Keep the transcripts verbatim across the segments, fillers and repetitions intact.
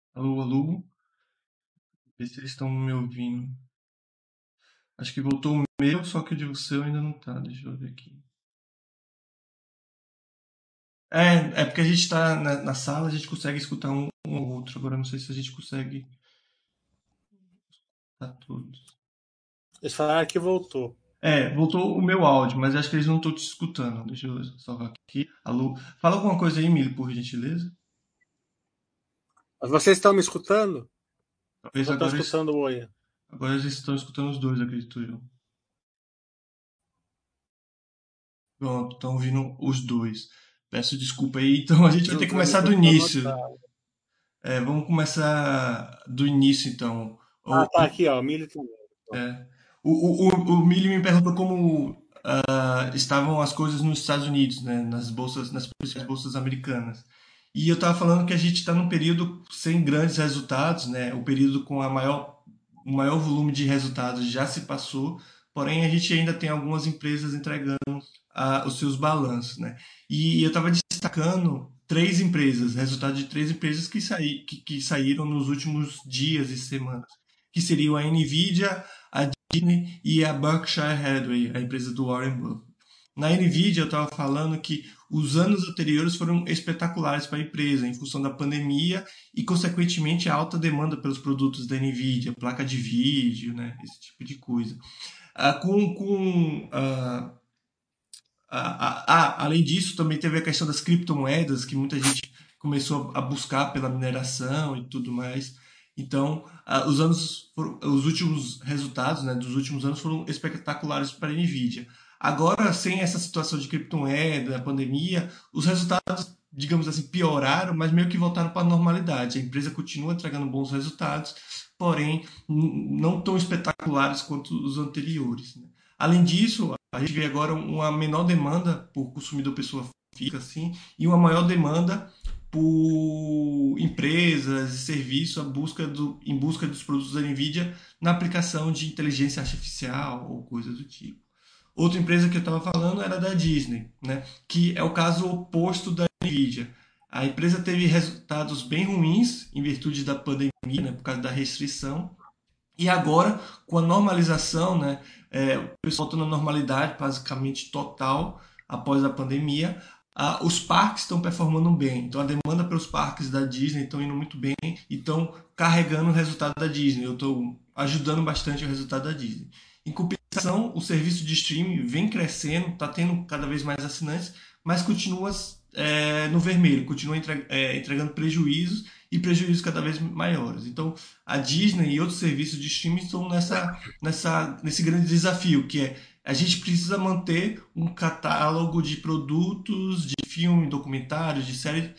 Alô, alô? Vê se eles estão me ouvindo. Acho que voltou o meu, só que o de você ainda não tá. Deixa eu ver aqui. É, é porque a gente tá na, na sala, a gente consegue escutar um, um ou outro. Agora eu não sei se a gente consegue escutar todos. Eles falaram que voltou. É, voltou o meu áudio, mas acho que eles não estão te escutando. Deixa eu salvar aqui. Alô? Fala alguma coisa aí, Emílio, por gentileza. Mas vocês estão me escutando? Eu Talvez só estou agora, es- escutando o oi. agora eles estão escutando os dois, acredito eu. Pronto, estão ouvindo os dois. Peço desculpa aí. Então a gente vai ter que Juntando começar aqui do para início. anotar. É, vamos começar do início, então. Ah, O, tá aqui, ó. Milho também. é, o, o, o, o Mili me perguntou como ah, estavam as coisas nos Estados Unidos, né, nas bolsas, nas principais bolsas americanas. E eu estava falando que a gente está num período sem grandes resultados, né? O período com a maior, o maior volume de resultados já se passou, porém a gente ainda tem algumas empresas entregando ah, os seus balanços, né? E eu estava destacando três empresas, resultados de três empresas que, saí, que, que saíram nos últimos dias e semanas, que seriam a Nvidia, a Disney e a Berkshire Hathaway, a empresa do Warren Buffett. Na Nvidia eu estava falando que os anos anteriores foram espetaculares para a empresa em função da pandemia e, consequentemente, a alta demanda pelos produtos da Nvidia, placa de vídeo, né, esse tipo de coisa. Ah, com, com ah, ah, ah, além disso, também teve a questão das criptomoedas, que muita gente começou a buscar pela mineração e tudo mais. Então, ah, os anos, foram- os últimos resultados, né, dos últimos anos foram espetaculares para a Nvidia. Agora, sem essa situação de criptomoeda, pandemia, os resultados, digamos assim, pioraram, mas meio que voltaram para a normalidade. A empresa continua entregando bons resultados, porém, n- não tão espetaculares quanto os anteriores, né? Além disso, a gente vê agora uma menor demanda por consumidor pessoa física, assim, e uma maior demanda por empresas e serviços a busca do, em busca dos produtos da Nvidia na aplicação de inteligência artificial ou coisa do tipo. Outra empresa que eu estava falando era da Disney, né? Que é o caso oposto da Nvidia. A empresa teve resultados bem ruins em virtude da pandemia, né? Por causa da restrição, e agora, com a normalização, né, é, o pessoal voltando à normalidade basicamente total após a pandemia, ah, os parques estão performando bem. Então, a demanda pelos parques da Disney estão indo muito bem e estão carregando o resultado da Disney. Eu estou ajudando bastante o resultado da Disney. Em compensação, o serviço de streaming vem crescendo, está tendo cada vez mais assinantes, mas continua é, no vermelho, continua entre, é, entregando prejuízos e prejuízos cada vez maiores. Então, a Disney e outros serviços de streaming estão nessa, nessa, nesse grande desafio, que é a gente precisa manter um catálogo de produtos, de filme, documentários, de séries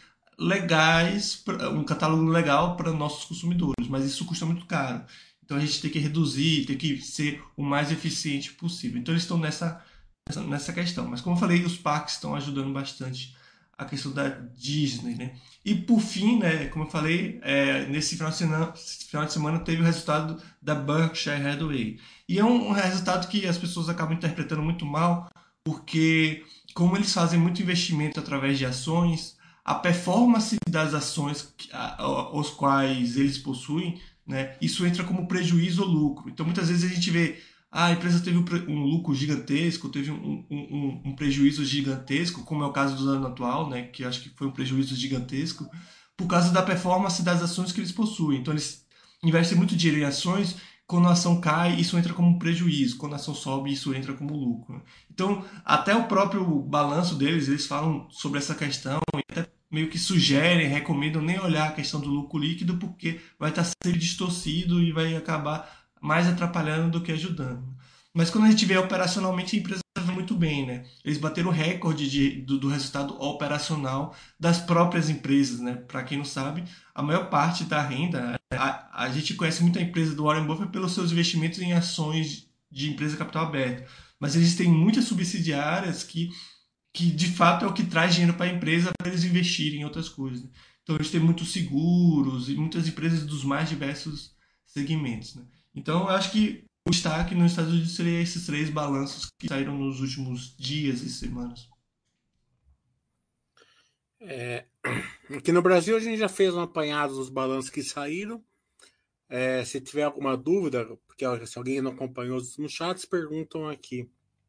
legais, um catálogo legal para nossos consumidores, mas isso custa muito caro. Então a gente tem que reduzir, tem que ser o mais eficiente possível. Então eles estão nessa, nessa, nessa questão. Mas como eu falei, os parques estão ajudando bastante a questão da Disney, né? E por fim, né, como eu falei, é, nesse final de, semana, final de semana teve o resultado da Berkshire Hathaway. E é um, um resultado que as pessoas acabam interpretando muito mal, porque como eles fazem muito investimento através de ações, a performance das ações a, a, os quais eles possuem, né, isso entra como prejuízo ou lucro. Então muitas vezes a gente vê ah, a empresa teve um lucro gigantesco, teve um, um, um, um prejuízo gigantesco, como é o caso do ano atual, né, que acho que foi um prejuízo gigantesco, por causa da performance das ações que eles possuem. Então eles investem muito dinheiro em ações, quando a ação cai, isso entra como prejuízo, quando a ação sobe, isso entra como lucro. Então, até o próprio balanço deles, eles falam sobre essa questão, e até meio que sugerem, recomendam nem olhar a questão do lucro líquido, porque vai estar sempre distorcido e vai acabar mais atrapalhando do que ajudando. Mas quando a gente vê operacionalmente, a empresa vai muito bem, né? Eles bateram o recorde de, do, do resultado operacional das próprias empresas, né? Para quem não sabe, a maior parte da renda, a, a gente conhece muita empresa do Warren Buffett pelos seus investimentos em ações de empresa capital aberto, mas eles têm muitas subsidiárias que, que de fato é o que traz dinheiro para a empresa para eles investirem em outras coisas, né? Então eles têm muitos seguros e muitas empresas dos mais diversos segmentos, né? Então eu acho que o destaque nos Estados Unidos seria esses três balanços que saíram nos últimos dias e semanas. É, aqui no Brasil a gente já fez um apanhado dos balanços que saíram. É, se tiver alguma dúvida, porque se alguém não acompanhou os no chats, perguntam aqui.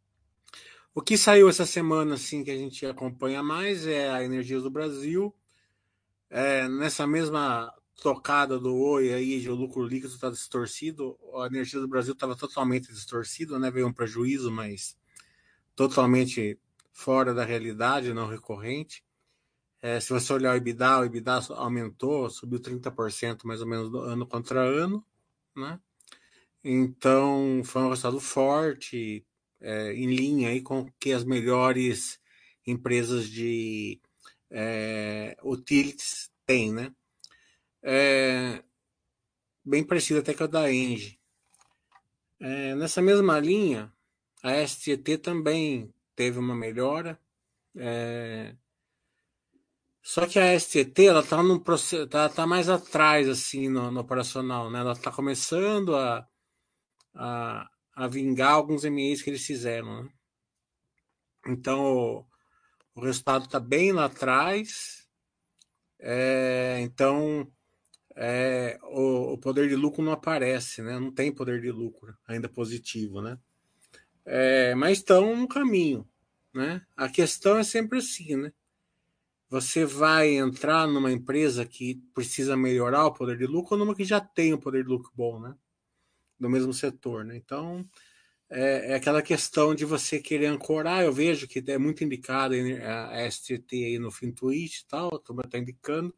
O que saiu essa semana, assim, que a gente acompanha mais é a Energias do Brasil. É, nessa mesma tocada do Oi aí, de o lucro líquido está distorcido, a Energia do Brasil estava totalmente distorcido, né? Veio um prejuízo, mas totalmente fora da realidade, não recorrente. É, se você olhar o EBITDA, o EBITDA aumentou, subiu trinta por cento mais ou menos do ano contra ano, né? Então, foi um resultado forte, é, em linha aí com o que as melhores empresas de é, utilities têm, né? É, bem parecido até com a da Engie. É, nessa mesma linha, a S T T também teve uma melhora. É, só que a S T T ela está num processo, tá, tá mais atrás assim no, no operacional, né? Ela está começando a, a, a vingar alguns M e As que eles fizeram, né? Então o, o resultado está bem lá atrás. É, então é, o, o poder de lucro não aparece, né? Não tem poder de lucro ainda positivo, né? É, mas estão no caminho, né? A questão é sempre assim, né? Você vai entrar numa empresa que precisa melhorar o poder de lucro ou numa que já tem um poder de lucro bom, né? Do mesmo setor, né? Então, é, é aquela questão de você querer ancorar. Eu vejo que é muito indicada a S T T aí no FinTwitch e tal, a turma está indicando.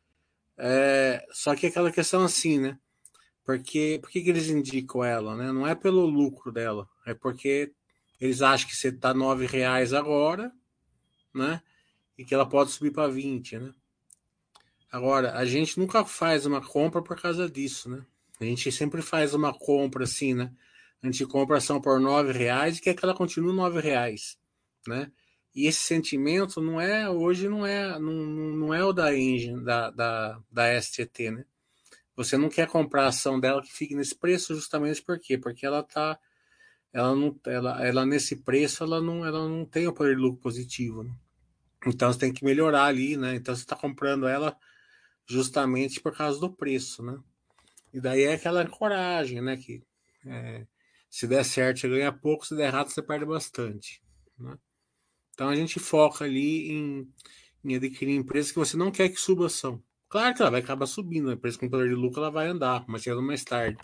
É, só que é aquela questão assim, né? Porque, por que, que eles indicam ela, né? Não é pelo lucro dela, é porque eles acham que você está nove reais agora, né? E que ela pode subir para vinte, né? Agora, a gente nunca faz uma compra por causa disso, né? A gente sempre faz uma compra assim, né? A gente compra ação por nove reais e quer que ela continue nove reais, né? E esse sentimento não é, hoje não é, não, não é o da Engine, da, da, da S T T, né? Você não quer comprar a ação dela que fique nesse preço justamente por quê? Porque ela tá, ela não, ela, ela nesse preço ela não, ela não tem o poder de lucro positivo, né? Então você tem que melhorar ali, né? Então você está comprando ela justamente por causa do preço, né? E daí é aquela coragem, né? Que é, se der certo você ganha pouco, se der errado você perde bastante, né? Então a gente foca ali em, em adquirir empresas que você não quer que suba a ação. Claro que ela vai acabar subindo, a empresa com poder de lucro ela vai andar, mas chegando mais tarde.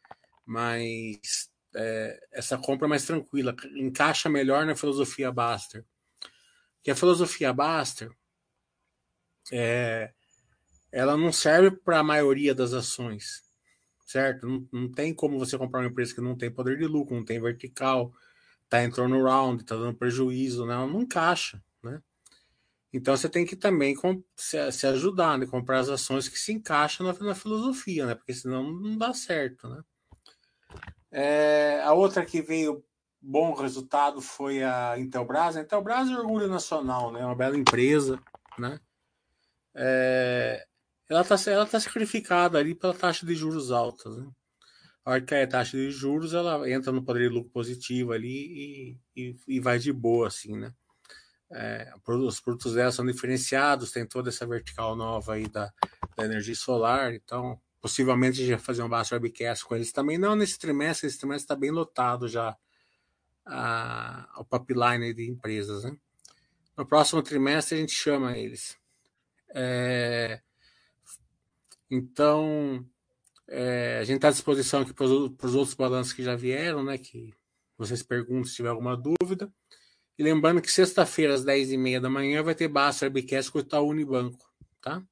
Mas é, essa compra é mais tranquila, encaixa melhor na filosofia Baster. Que a filosofia Baster, é, ela não serve para a maioria das ações, certo? Não, não tem como você comprar uma empresa que não tem poder de lucro, não tem vertical, está em turnaround, está dando prejuízo, né? Ela não encaixa, né? Então você tem que também se, se ajudar, né? Comprar as ações que se encaixam na, na filosofia, né? Porque senão não dá certo, né? É, a outra que veio bom resultado foi a Intelbras. A Intelbras é orgulho nacional, né? É uma bela empresa, né? É, ela está ela tá sacrificada ali pela taxa de juros altas, né? A hora que cai a taxa de juros, ela entra no poder de lucro positivo ali e, e, e vai de boa, assim, né? É, os produtos dela são diferenciados, tem toda essa vertical nova aí da, da energia solar, então possivelmente a gente vai fazer um baixo webcast com eles também. Não nesse trimestre, esse trimestre está bem lotado já a, o pipeline de empresas, né? No próximo trimestre a gente chama eles. É, então, é, a gente está à disposição aqui para os outros balanços que já vieram, né? Que vocês perguntam se tiver alguma dúvida. E lembrando que sexta-feira, às dez e meia da manhã, vai ter Basta Webcast com o Itaú Unibanco, tá?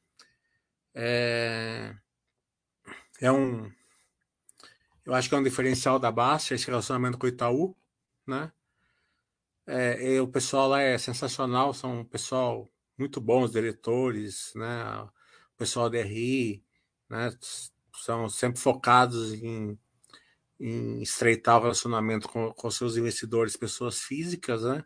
É, é um... Eu acho que é um diferencial da Basta, esse relacionamento com o Itaú, né? É, e o pessoal lá é sensacional, são um pessoal muito bons, diretores, né? O pessoal da R I, né? São sempre focados em, em estreitar o relacionamento com, com seus investidores, pessoas físicas, né?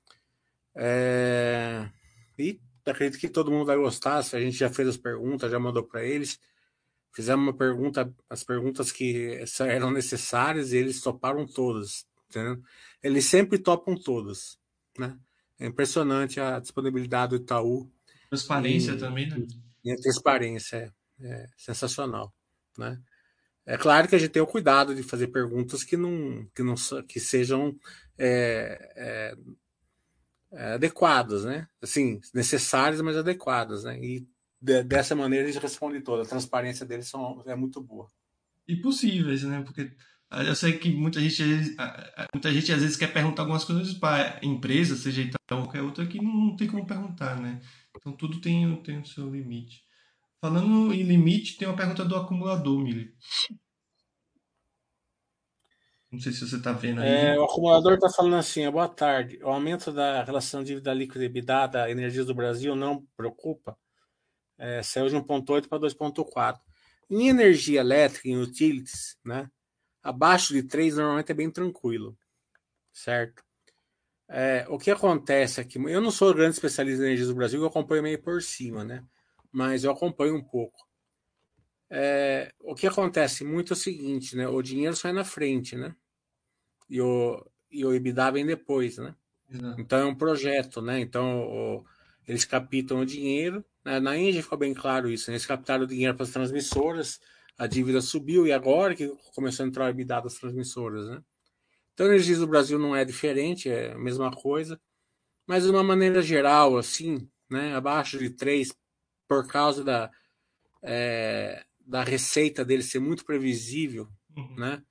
É, e acredito que todo mundo vai gostar. A gente já fez as perguntas, já mandou para eles. Fizemos uma pergunta, as perguntas que eram necessárias e eles toparam todas. Entendeu? Eles sempre topam todas, né? É impressionante a disponibilidade do Itaú Transparência em, também, né? em transparência. É, é sensacional, né? É claro que a gente tem o cuidado de fazer perguntas que não, que não que sejam é, é, é, adequadas, né? Assim, necessárias, mas adequadas, né? E de, dessa maneira eles respondem toda. A transparência deles são, é muito boa. E possíveis, né? Porque ah, eu sei que muita gente, às vezes- ah, ah, muita gente às vezes quer perguntar algumas coisas para empresa, seja Itaú ou qualquer outra, que não tem como perguntar, né? Então tudo tem, tem o seu limite. Falando em limite, tem uma pergunta do acumulador, Mili. Não sei se você está vendo É, aí. o acumulador está falando assim: boa tarde. O aumento da relação dívida líquida EBITDA da Energias do Brasil não preocupa? É, saiu de um ponto oito para dois ponto quatro. Em energia elétrica, em utilities, né? Abaixo de três normalmente é bem tranquilo, certo? É, o que acontece aqui, eu não sou grande especialista em energias do Brasil, eu acompanho meio por cima, né? Mas eu acompanho um pouco. É, o que acontece muito é o seguinte, né? O dinheiro sai na frente, né? E o, e o EBITDA vem depois, né? Exato. Então é um projeto, né? Então o, eles captam o dinheiro. Né? Na Índia ficou bem claro isso, né? Eles captaram o dinheiro para as transmissoras, a dívida subiu e agora que começou a entrar o EBITDA das transmissoras, né? Então a Energias do Brasil não é diferente, é a mesma coisa, mas de uma maneira geral, assim, né? Abaixo de três por causa da, é, da receita dele ser muito previsível, Uhum. né?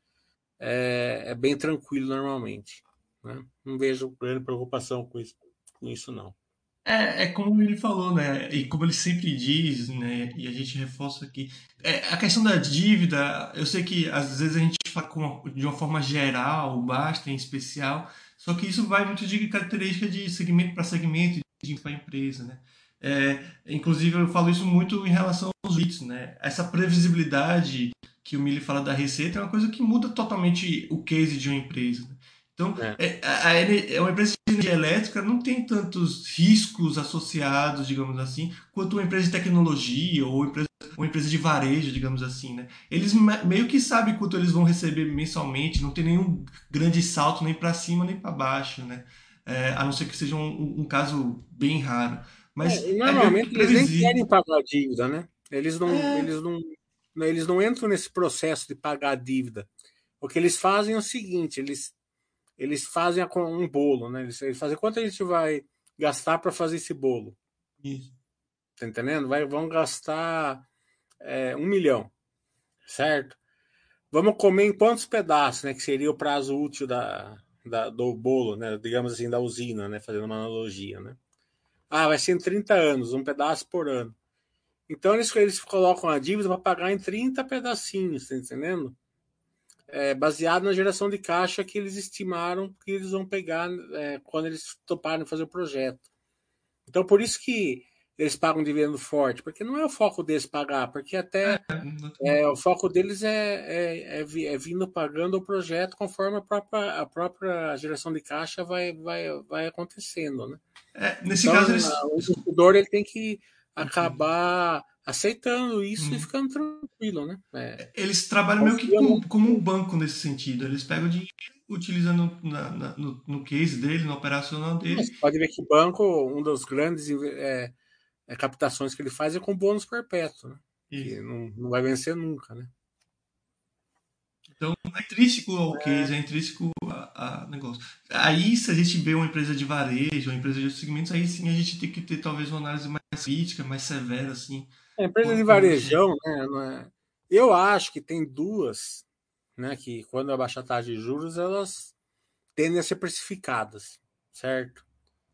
É, é bem tranquilo normalmente. Né? Não vejo grande preocupação com isso, com isso não. É, é como ele falou, né? E como ele sempre diz, né? E a gente reforça aqui. É, a questão da dívida, eu sei que às vezes a gente fala com- de uma forma geral, basta em especial, só que isso vai muito de característica de segmento para segmento, de para empresa, né? É, inclusive, eu falo isso muito em relação aos REITs, né? Essa previsibilidade que o Mili fala da receita é uma coisa que muda totalmente o case de uma empresa, né? Então, É. é, a, a, é uma empresa de energia elétrica não tem tantos riscos associados, digamos assim, quanto uma empresa de tecnologia ou empresa, uma empresa de varejo, digamos assim, né? Eles meio que sabem quanto eles vão receber mensalmente, não tem nenhum grande salto nem para cima nem para baixo, né? É, a não ser que seja um, um caso bem raro. Mas É, e é meio normalmente que eles nem previsível. querem pagar a dívida, né? Eles não, É, eles não, eles não entram nesse processo de pagar a dívida. O que eles fazem é o seguinte, eles, eles fazem um bolo, né? Eles, eles fazem quanto a gente vai gastar para fazer esse bolo, isso. tá entendendo? Vai, vão gastar é, um milhão, certo? Vamos comer em quantos pedaços, né? Que seria o prazo útil da, da, do bolo, né? Digamos assim, da usina, né? Fazendo uma analogia, né? Ah, vai ser em trinta anos, um pedaço por ano. Então eles, eles colocam a dívida para pagar em trinta pedacinhos, tá entendendo? É, baseado na geração de caixa que eles estimaram que eles vão pegar é, quando eles toparem fazer o projeto. Então por isso que eles pagam dividendo forte, porque não é o foco deles pagar, porque até é, o foco deles é, é, é, é vindo pagando o projeto conforme a própria, a própria geração de caixa vai, vai, vai acontecendo, né? É, nesse Então, caso, eles. o Desculpa. investidor ele tem que Perfeito. acabar aceitando isso e Hum. ficando tranquilo, né? É, Eles trabalham meio que confia com, muito. como um banco nesse sentido. Eles pegam o dinheiro, utilizando na, na, no, no case dele, no operacional Mas dele. você pode ver que o banco, um dos grandes é, é, captações que ele faz é com bônus perpétuo, né? E, Que não, não vai vencer nunca, né? então, é intrínseco ao case, é intrínseco a, a negócio. Aí, se a gente vê uma empresa de varejo, uma empresa de outros segmentos, aí sim a gente tem que ter talvez uma análise mais crítica, mais severa, assim, A empresa com, de com relação. varejão, né? Não é... Eu acho que tem duas, né? Que quando abaixa a taxa de juros, elas tendem a ser precificadas, certo?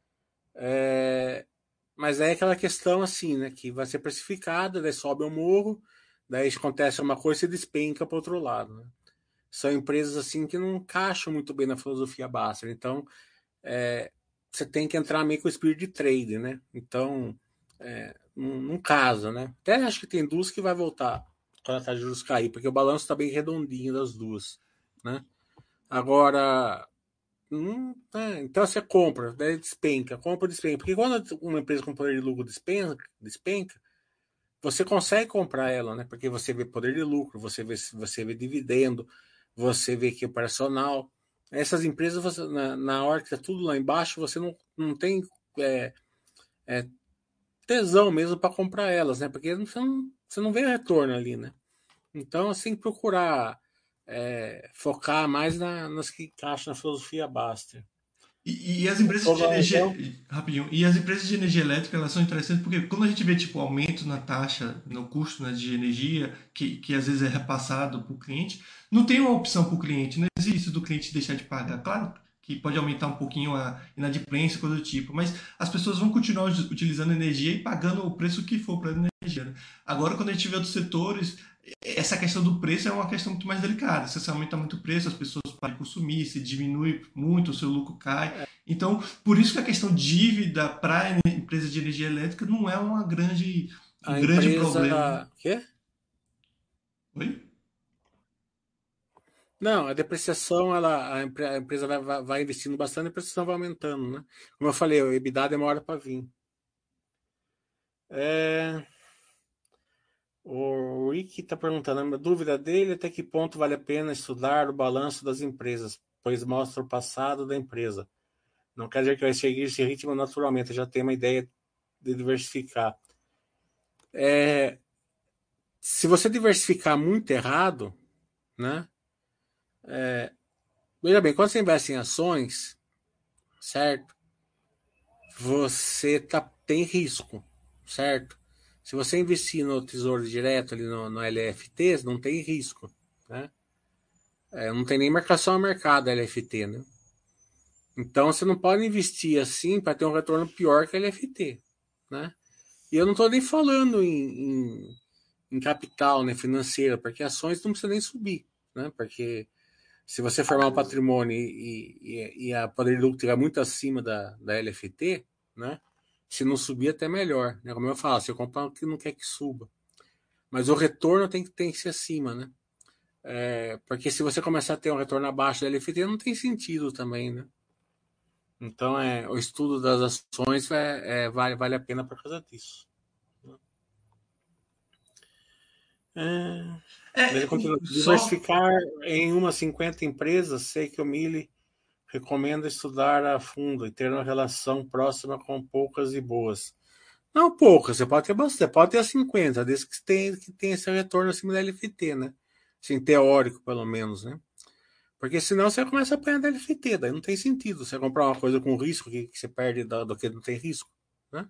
É, mas aí é aquela questão assim, né? Que vai ser precificada, daí sobe o morro, daí acontece uma coisa e despenca para outro lado. Né? São empresas assim que não encaixam muito bem na filosofia Baster. Então, é, você tem que entrar meio com o espírito de trade, né? Então, é, não, não casa, né? Até acho que tem duas que vai voltar quando a taxa de juros cair, porque o balanço está bem redondinho das duas, né? Agora, Hum, é, então você compra, daí despenca, compra, despenca. Porque quando uma empresa com poder de lucro despenca, despenca, você consegue comprar ela, né? Porque você vê poder de lucro, você vê, você vê dividendo, você vê que é operacional. Essas empresas, você, na, na hora que está tudo lá embaixo, você não, não tem é, é, tesão mesmo para comprar elas, né? Porque você não, você não vê retorno ali, né? Então, assim, procurar é, focar mais na, nas que encaixam na filosofia Baster. E, e as empresas de energia, Então, rapidinho, e as empresas de energia elétrica, elas são interessantes porque quando a gente vê tipo aumento na taxa, no custo, né, de energia, que, que às vezes é repassado para o cliente, não tem uma opção para o cliente, não existe isso do cliente deixar de pagar. Claro que pode aumentar um pouquinho a inadimplência, coisa do tipo, mas as pessoas vão continuar utilizando energia e pagando o preço que for para a energia, né? Agora, quando a gente vê outros setores, essa questão do preço é uma questão muito mais delicada. Se você aumenta muito o preço, as pessoas param de consumir, se diminui muito, o seu lucro cai. Então, por isso que a questão de dívida para a empresa de energia elétrica não é uma grande, um a grande problema. empresa. Quê? Oi? Não, a depreciação, ela, a, empre- a empresa vai, vai, vai investindo bastante e a depreciação vai aumentando, né? Como eu falei, o EBITDA demora para vir. É, o Rick está perguntando, a dúvida dele é até que ponto vale a pena estudar o balanço das empresas, pois mostra o passado da empresa. Não quer dizer que vai seguir esse ritmo naturalmente, já tem uma ideia de diversificar. É, se você diversificar muito errado, né? Veja bem, quando você investe em ações, certo? Você tá, tem risco, certo? Se você investir no Tesouro Direto, ali no, no L F T, não tem risco, né? É, não tem nem marcação a mercado L F T, né? Então você não pode investir assim para ter um retorno pior que L F T, né? E eu não estou nem falando em, em, em capital, né, financeira, porque ações não precisa nem subir, né? Porque se você formar um patrimônio e, e, e a poder de lucro estiver muito acima da, da L F T, né? Se não subir, até melhor. Né? Como eu falo, você compra o que não quer que suba. Mas o retorno tem que, tem que ser acima, né? É, porque se você começar a ter um retorno abaixo da L F T, não tem sentido também, né? Então, é, o estudo das ações é, é, vale, vale a pena por causa disso. É, É, ele continua. só. Diversificar em umas cinquenta empresas, sei que o Mili recomenda estudar a fundo e ter uma relação próxima com poucas e boas. Não poucas, você pode ter bastante, você pode ter cinquenta, desde que tem, que tem esse retorno acima da L F T, né? Assim, teórico, pelo menos, né? Porque senão você começa a apanhar da L F T, daí não tem sentido você comprar uma coisa com risco que, que você perde do, do que não tem risco, né?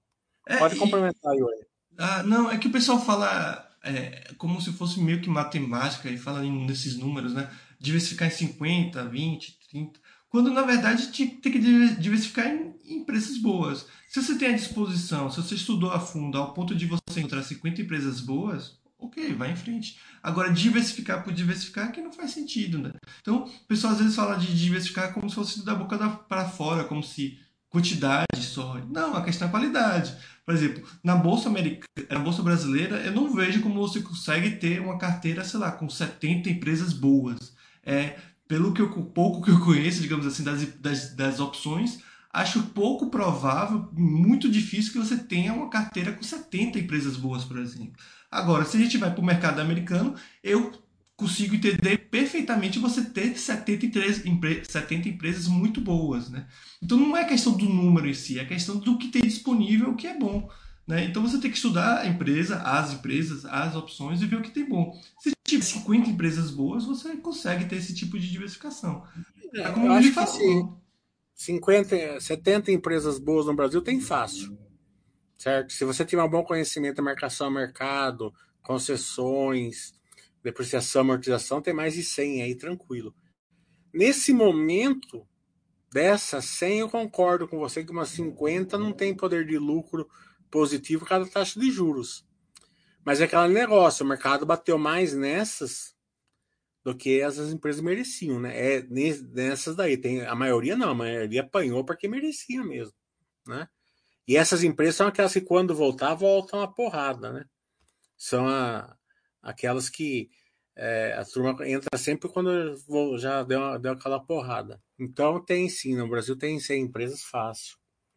É, Pode e, complementar, Yuri. ah, não, é que o pessoal fala é, como se fosse meio que matemática e fala em, nesses números, né? Diversificar em cinquenta, vinte, trinta. Quando na verdade tem tem que diversificar em, em empresas boas. Se você tem a disposição, se você estudou a fundo ao ponto de você encontrar cinquenta empresas boas, ok, vai em frente. Agora, diversificar por diversificar é que não faz sentido, né? Então, o pessoal às vezes fala de diversificar como se fosse da boca para fora, como se quantidade só. Não, a questão é qualidade. Por exemplo, na bolsa americana, na bolsa brasileira, eu não vejo como você consegue ter uma carteira, sei lá, com setenta empresas boas. É, pelo que eu, pouco que eu conheço, digamos assim, das, das, das opções, acho pouco provável, muito difícil que você tenha uma carteira com setenta empresas boas, por exemplo. Agora, se a gente vai para o mercado americano, eu consigo entender perfeitamente você ter setenta, empre- setenta empresas muito boas, né? Então não é questão do número em si, é questão do que tem disponível, o que é bom. Né? Então você tem que estudar a empresa, as empresas, as opções e ver o que tem bom. Se tiver cinquenta empresas boas, você consegue ter esse tipo de diversificação. É como É, o eu Mili acho que se falou. cinquenta, setenta empresas boas no Brasil tem fácil, certo? Se você tiver um bom conhecimento da marcação a mercado, concessões, depreciação, amortização, tem mais de cem aí, tranquilo. Nesse momento, dessas cem, eu concordo com você que umas cinquenta não tem poder de lucro positivo cada taxa de juros. Mas é aquele negócio, o mercado bateu mais nessas do que essas empresas mereciam, né? É nessas daí. Tem, a maioria não, a maioria apanhou porque merecia mesmo, né? E essas empresas são aquelas que quando voltar, voltam a porrada, né? São a, aquelas que é, a turma entra sempre quando já deu, deu aquela porrada. Então tem sim, no Brasil tem cem empresas fácil.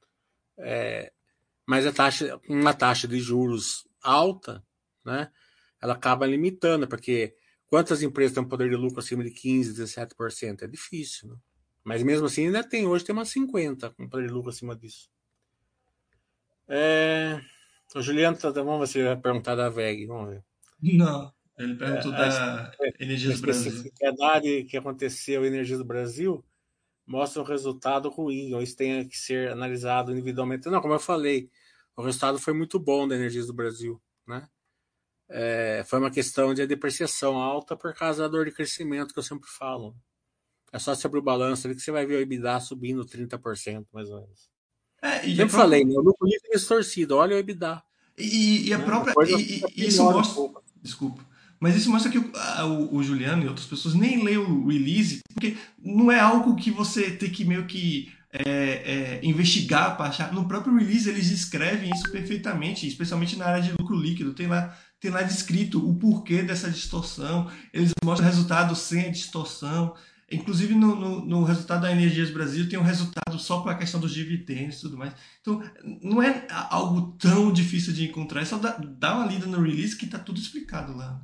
Mas a taxa, uma taxa de juros alta, né? Ela acaba limitando, porque quantas empresas têm um poder de lucro acima de quinze, dezessete por cento? É difícil, né? Mas mesmo assim ainda tem, hoje tem umas cinquenta com poder de lucro acima disso. É... O Juliano, tá, vamos ver se ele vai perguntar da V E G. Vamos ver. Não. Ele perguntou A, da a Energias Brasil. especificidade que aconteceu em Energias do Brasil mostra um resultado ruim, ou isso tem que ser analisado individualmente. Não, como eu falei, o resultado foi muito bom da Energias do Brasil, né? É, foi uma questão de depreciação alta por causa da dor de crescimento que eu sempre falo. É só você abrir o balanço ali que você vai ver o EBITDA subindo trinta por cento, mais ou menos. É, e a Sempre falei, própria, né? O lucro líquido é distorcido, olha o EBITDA. e, e a Né? própria, Depois e, fica e- isso pior um mostra, pouco. desculpa, mas isso mostra que o, a- o- o Juliano e outras pessoas nem lêem o release, porque não é algo que você tem que meio que é, é, investigar para achar. No próprio release eles escrevem isso perfeitamente, especialmente na área de lucro líquido. Tem lá, tem lá descrito o porquê dessa distorção. Eles mostram o resultado sem a distorção. Inclusive no, no, no resultado da Energias Brasil tem um resultado só para a questão dos dividendos e tudo mais. Então não é algo tão difícil de encontrar, é só dar, dar uma lida no release que tá tudo explicado lá.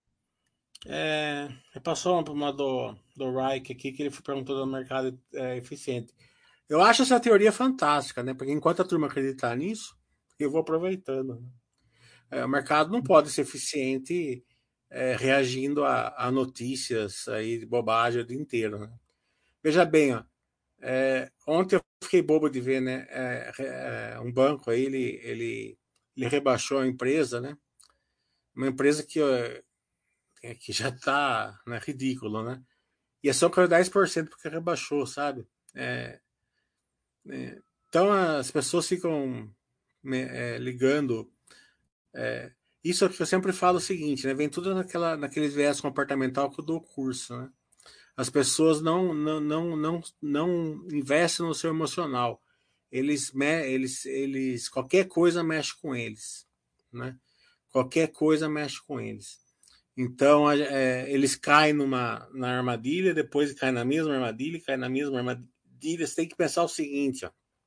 É, passou uma, uma do, do Reich aqui que ele perguntou do mercado é, eficiente. Eu acho essa teoria fantástica, né? Porque enquanto a turma acreditar nisso, eu vou aproveitando. Né? É, o mercado não pode ser eficiente é, reagindo a, a, notícias aí de bobagem o dia inteiro. Né? Veja bem, ó, é, ontem eu fiquei bobo de ver, né? É, é, um banco aí, ele, ele, ele rebaixou a empresa, né? Uma empresa que, que já está, né, ridículo, né? E é só caiu dez por cento porque rebaixou, sabe? É, é, então as pessoas ficam né, é, ligando. É, isso é que eu sempre falo o seguinte, né? Vem tudo naquela, naquele viés comportamental que eu dou curso, né? As pessoas não, não, não, não, não investem no seu emocional. Eles, eles, eles, qualquer coisa mexe com eles, né? Qualquer coisa mexe com eles. Então é, eles caem numa na armadilha, depois caem na mesma armadilha, caem na mesma armadilha. Você tem que pensar o seguinte, ó.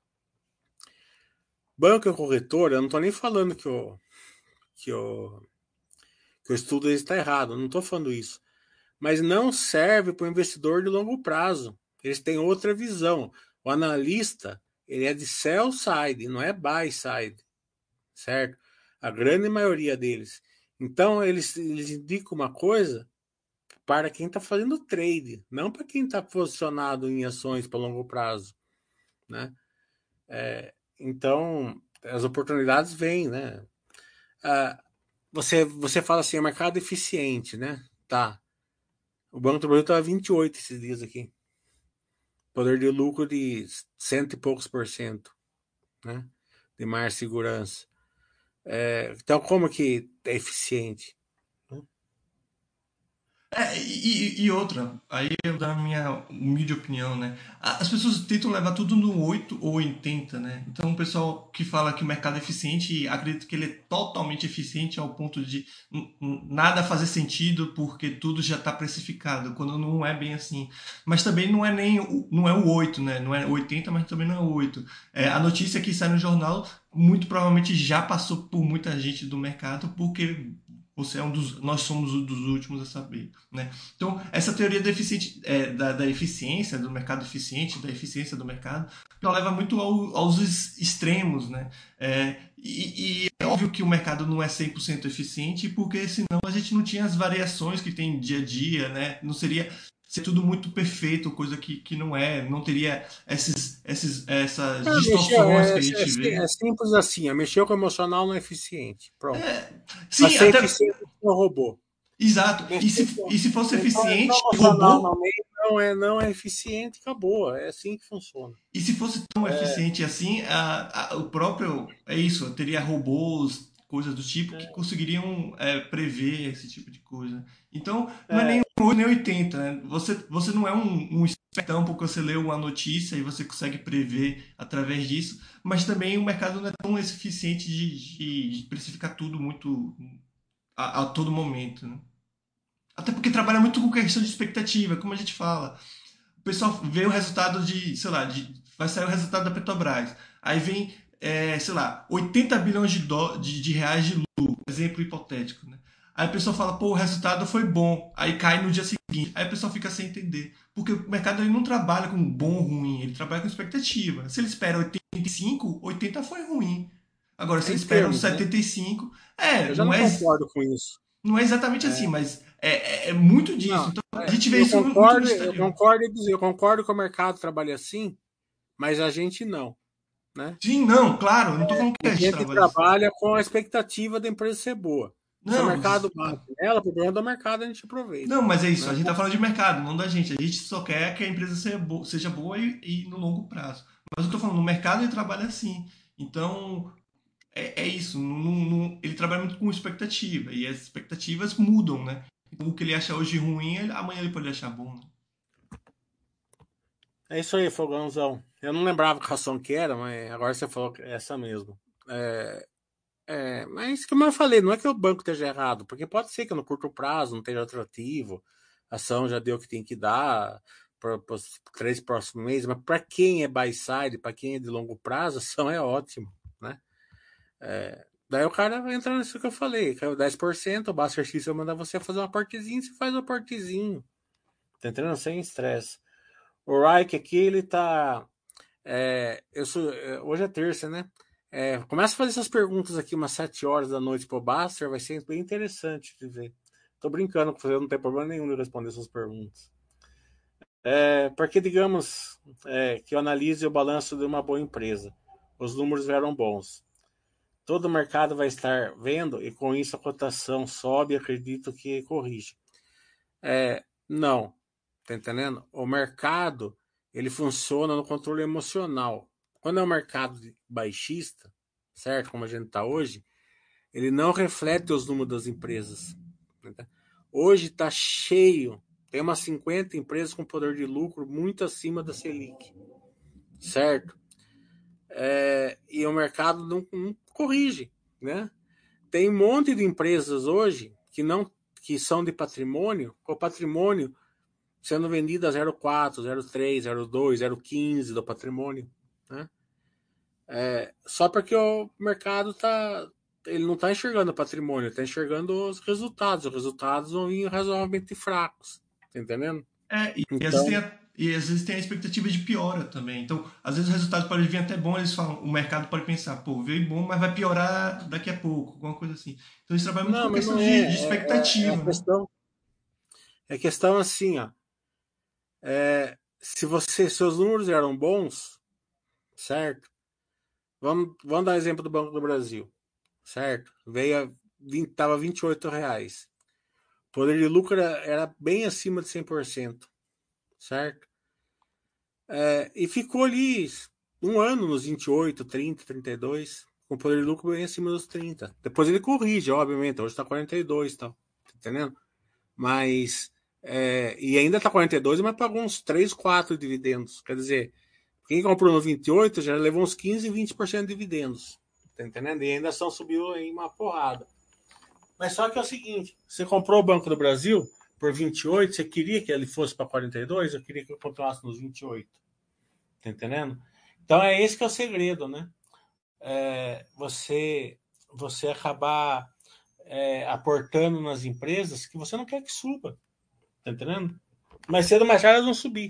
Banco e corretora, eu não estou nem falando que o, que o, que o estudo está errado, não estou falando isso. Mas não serve para o investidor de longo prazo. Eles têm outra visão. O analista, ele é de sell side, não é buy side, certo? A grande maioria deles. Então, eles, eles indicam uma coisa para quem está fazendo trade, não para quem está posicionado em ações para longo prazo, né? É, então, as oportunidades vêm, né? Ah, você, você fala assim, é mercado eficiente, né? Tá. O Banco do Brasil estava vinte e oito esses dias aqui. Poder de lucro de cento e poucos por cento, né? De mais segurança. É, então, como que é eficiente? É, e, e outra, aí eu dar a minha humilde opinião, né? As pessoas tentam levar tudo no oito ou oitenta, né? Então o pessoal que fala que o mercado é eficiente, acredita que ele é totalmente eficiente ao ponto de nada fazer sentido porque tudo já está precificado, quando não é bem assim. Mas também não é nem não é o oito, né? Não é oitenta, mas também não é o oito. É, a notícia que sai no jornal muito provavelmente já passou por muita gente do mercado porque você é um dos, nós somos um dos últimos a saber, né? Então, essa teoria da, eficiente, é, da, da eficiência, do mercado eficiente, da eficiência do mercado, ela leva muito ao, aos extremos, né? É, e, e é óbvio que o mercado não é cem por cento eficiente, porque senão a gente não tinha as variações que tem dia a dia, né? Não seria ser tudo muito perfeito, coisa que, que não é, não teria esses, esses, essas Ah, mexeu, distorções é, que a é, gente vê. é simples assim, mexeu com o emocional não é eficiente. Pronto. Para Sim, ser até. eficiente, é um robô. Exato. E Mexeu se, com, e se fosse então, eficiente, então, emocional robô, no meio não é, não é eficiente, acabou. É assim que funciona. e se fosse tão É, eficiente assim, a, a, o próprio. É isso, teria robôs, coisas do tipo, que é, conseguiriam é, prever esse tipo de coisa. Então, não é é, nem oito nem oitenta, né? Você, você não é um, um espertão porque você leu uma notícia e você consegue prever através disso, mas também o mercado não é tão eficiente de, de, de precificar tudo muito a, a todo momento, né? Até porque trabalha muito com questão de expectativa, como a gente fala. O pessoal vê o resultado de, sei lá, de, vai sair o resultado da Petrobras. Aí vem, é, sei lá, oitenta bilhões de, do, de, de reais de lucro, exemplo hipotético, né? Aí o pessoal fala, pô, o resultado foi bom. Aí cai no dia seguinte. Aí o pessoal fica sem entender. Porque o mercado ele não trabalha com bom ou ruim, ele trabalha com expectativa. Se ele espera oitenta e cinco, oitenta foi ruim. Agora, se Em eles esperam termos, né? setenta e cinco, é, Eu já não não é, concordo com isso. não é exatamente assim, mas é, é, é muito disso. Não, Então, a é, gente vê eu isso muito no concordo, eu exterior. concordo em dizer, eu concordo que o mercado trabalha assim, mas a gente não, né? Sim, não, claro, eu não estou falando que A a gente gente trabalha assim. trabalha com a expectativa da empresa ser boa. Se o Não, mercado isso, bate nela, o problema do mercado a gente aproveita, não, mas é isso, a né? gente está falando de mercado, não da gente. A gente só quer que a empresa seja boa, seja boa e, e no longo prazo. Mas eu estou falando, no mercado ele trabalha assim. Então, é, é isso. Não- não- ele trabalha muito com expectativa. E as expectativas mudam, né? Então, o que ele acha hoje ruim, ele- amanhã ele pode achar bom, né? É isso aí, Fogãozão. Eu não lembrava que ração que era, mas agora você falou que é essa mesmo. É, é, mas como eu falei, não é que o banco esteja errado, porque pode ser que no curto prazo não esteja atrativo, a ação já deu o que tem que dar para os três próximos meses, mas para quem é buy side, para quem é de longo prazo, a ação é ótimo, né? Daí o cara entra nisso que eu falei, caiu dez por cento, o Buster X vai mandar você fazer uma partezinha, você faz uma partezinho, tá entendendo? Sem estresse. O Reich aqui, ele tá. É, eu sou, é, hoje é terça, né? É, começa a fazer essas perguntas aqui umas sete horas da noite pro Buster, vai ser bem interessante de ver. Tô brincando com você, não tem problema nenhum de responder essas perguntas. É, porque, digamos, é, que eu analise o balanço de uma boa empresa. Os números vieram bons. Todo o mercado vai estar vendo e com isso a cotação sobe e acredito que corrige. É, não, tá entendendo? O mercado ele funciona no controle emocional. Quando é um mercado baixista, certo? Como a gente está hoje, ele não reflete os números das empresas. Tá? Hoje está cheio, tem umas cinquenta empresas com poder de lucro muito acima da Selic, certo? É, e o mercado não, não corrige, né? Tem um monte de empresas hoje que não que são de patrimônio, com o patrimônio sendo vendida a zero vírgula quatro, zero vírgula três, zero vírgula dois, zero vírgula quinze do patrimônio, né? É, só porque o mercado tá ele não está enxergando o patrimônio, está enxergando os resultados. Os resultados vão vir razoavelmente fracos, tá entendendo? É, e, e às vezes tem Então, a, e às vezes tem a expectativa de piora também. Então, às vezes o resultado pode vir até bom, eles falam, o mercado pode pensar, pô, veio bom, mas vai piorar daqui a pouco, alguma coisa assim. Então, eles trabalham muito não, com mas questão não de, de é, é, é a expectativa, né? questão, é questão assim, ó. É, se você seus números eram bons, certo? Vamos, vamos dar exemplo do Banco do Brasil, certo? Veio a vinte, tava vinte e oito reais. O poder de lucro era, era bem acima de cem por cento, certo? É, e ficou ali um ano nos vinte e oito, trinta, trinta e dois, com o poder de lucro bem acima dos trinta. Depois ele corrige, obviamente, hoje está quarenta e dois e tal, tá entendendo? Mas, é, e ainda está quarenta e dois, mas pagou uns três, quatro dividendos. Quer dizer, quem comprou no vinte e oito já levou uns quinze, vinte por cento de dividendos, tá entendendo? E ainda só subiu em uma porrada. Mas só que é o seguinte, você comprou o Banco do Brasil por vinte e oito, você queria que ele fosse para quarenta e dois, eu queria que eu continuasse nos vinte e oito. Tá entendendo? Então é esse que é o segredo, né? É você, você acabar é, aportando nas empresas que você não quer que suba. Tá entendendo? Mais cedo ou mais tarde elas vão subir.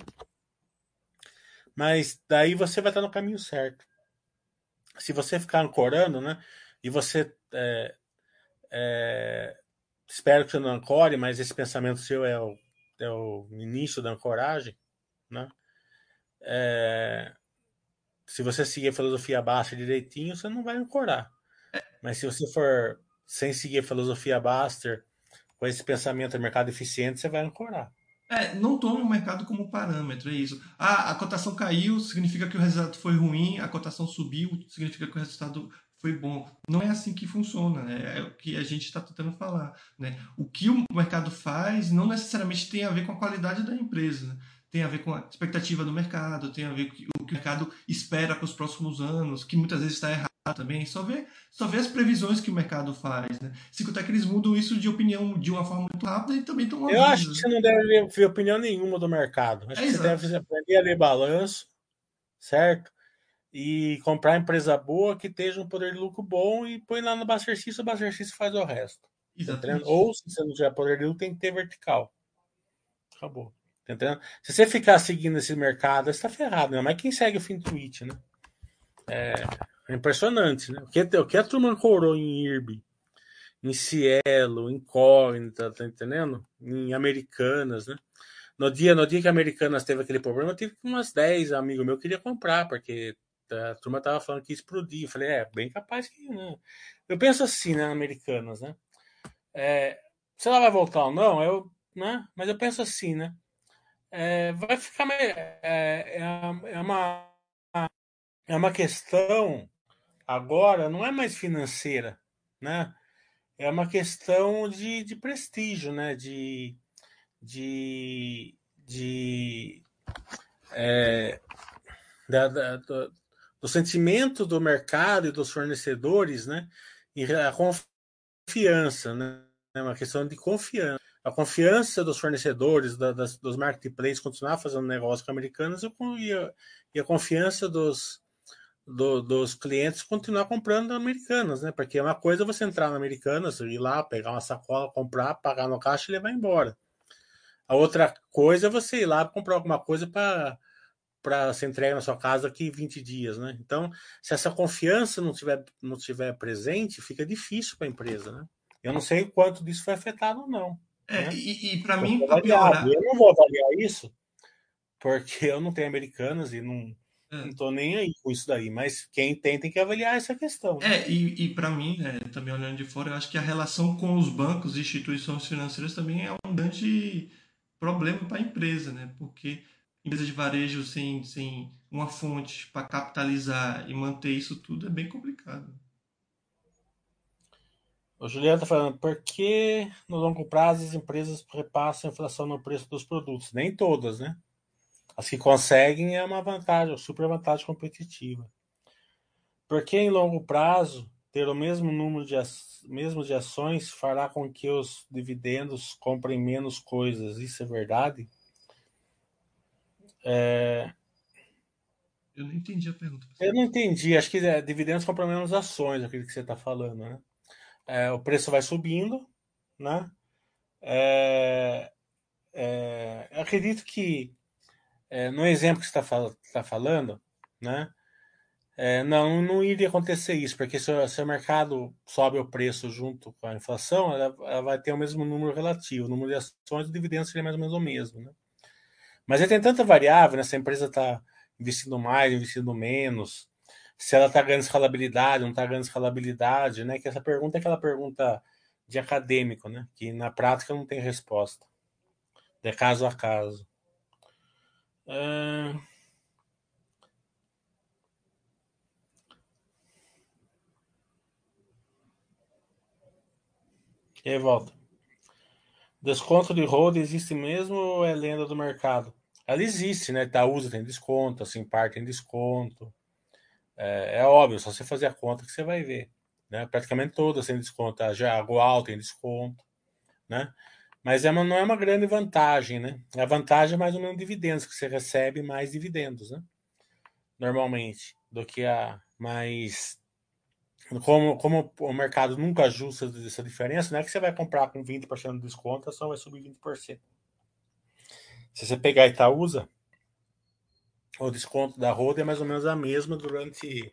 Mas daí você vai estar no caminho certo. Se você ficar ancorando, né? E você é, é, espero que você não ancore, mas esse pensamento seu é o, é o início da ancoragem, né? É, se você seguir a filosofia baixa direitinho, você não vai ancorar. Mas se você for sem seguir a filosofia Baster, com esse pensamento de mercado eficiente, você vai ancorar. É, não tome o mercado como parâmetro, é isso. Ah, a cotação caiu, significa que o resultado foi ruim, a cotação subiu, significa que o resultado foi bom. Não é assim que funciona, né? É o que a gente está tentando falar, né? O que o mercado faz não necessariamente tem a ver com a qualidade da empresa, né? Tem a ver com a expectativa do mercado, tem a ver com o que o mercado espera para os próximos anos, que muitas vezes está errado também. Só vê, só vê as previsões que o mercado faz, né? Se contar que eles mudam isso de opinião de uma forma muito rápida e também estão Eu acho avisa, que né? você não deve ver opinião nenhuma do mercado. É Acho que você exato. deve aprender a ler balanço, certo? E comprar empresa boa que esteja um poder de lucro bom e põe lá no Bastercista, o Bastercista faz o resto. Tá entendendo? Exatamente. Ou se você não tiver poder de lucro, tem que ter vertical. Acabou. Tá entendendo? Se você ficar seguindo esse mercado, você tá ferrado, né? Mas quem segue o FinTwitch, né? É impressionante, né? O que, o que a turma corou em I R B, em Cielo, Incógnita, tá entendendo? Em Americanas, né? No dia, no dia que a Americanas teve aquele problema, eu tive umas dez amigos meus que queriam comprar, porque a turma tava falando que ia explodir. Eu falei, é, bem capaz que não. Eu penso assim, né, Americanas, né? É, se ela vai voltar ou não, eu, né? Mas eu penso assim, né? É, vai ficar. É, é, é uma, é uma questão agora, não é mais financeira, né? É uma questão de, de prestígio, né? De, de, de da, da, do, do sentimento do mercado e dos fornecedores, né? E a confiança, né? É uma questão de confiança. A confiança dos fornecedores, da, das, dos marketplaces continuar fazendo negócio com americanos e a, e a confiança dos, do, dos clientes continuar comprando americanas, né? Porque é uma coisa você entrar na Americanas, ir lá, pegar uma sacola, comprar, pagar no caixa e levar embora. A outra coisa é você ir lá comprar alguma coisa para para ser entregue na sua casa aqui vinte dias, né? Então, se essa confiança não tiver, não tiver presente, fica difícil para a empresa, né? Eu não sei o quanto disso foi afetado ou não, É, né? e, e para Tem mim, que para avaliar. piorar, Eu não vou avaliar isso porque eu não tenho americanas e não é, não tô nem aí com isso daí, mas quem tem tem que avaliar essa questão, né? é e, e para mim, né, também olhando de fora, eu acho que a relação com os bancos e instituições financeiras também é um grande problema para a empresa, né? Porque empresa de varejo sem, sem uma fonte para capitalizar e manter isso tudo é bem complicado. O Juliano está falando, por que no longo prazo as empresas repassam a inflação no preço dos produtos? Nem todas, né? As que conseguem é uma vantagem, uma super vantagem competitiva. Porque em longo prazo, ter o mesmo número de, mesmo de ações fará com que os dividendos comprem menos coisas. Isso é verdade? Eu não entendi a pergunta. Eu não entendi. Acho que é, dividendos compram menos ações, aquilo que você está falando, né? É, o preço vai subindo, né? É, é, eu acredito que é, no exemplo que você está fal tá falando, né? É, não, não iria acontecer isso, porque se, o- se o mercado sobe o preço junto com a inflação, ela, ela vai ter o mesmo número relativo. O número de ações e dividendos seria mais ou menos o mesmo, né? Mas aí tem tanta variável, né? Se a empresa está investindo mais, investindo menos, se ela está ganhando escalabilidade, não está ganhando escalabilidade, né? Que essa pergunta é aquela pergunta de acadêmico, né? Que na prática não tem resposta. É caso a caso. Ah, e aí volta. Desconto de hold existe mesmo ou é lenda do mercado? Ela existe, né? Itaúsa tem desconto, assim, Simpar tem desconto. É, é óbvio, só você fazer a conta que você vai ver. Né? Praticamente todas têm desconto. A Jaguar tem desconto, né? Mas é uma, não é uma grande vantagem, né? A vantagem é mais ou menos dividendos, que você recebe mais dividendos, né? Normalmente, do que a mais. Como, como o mercado nunca ajusta essa diferença, não é que você vai comprar com vinte por cento de desconto, a ação vai subir vinte por cento. Se você pegar Itaúsa, o desconto da Roda é mais ou menos a mesma durante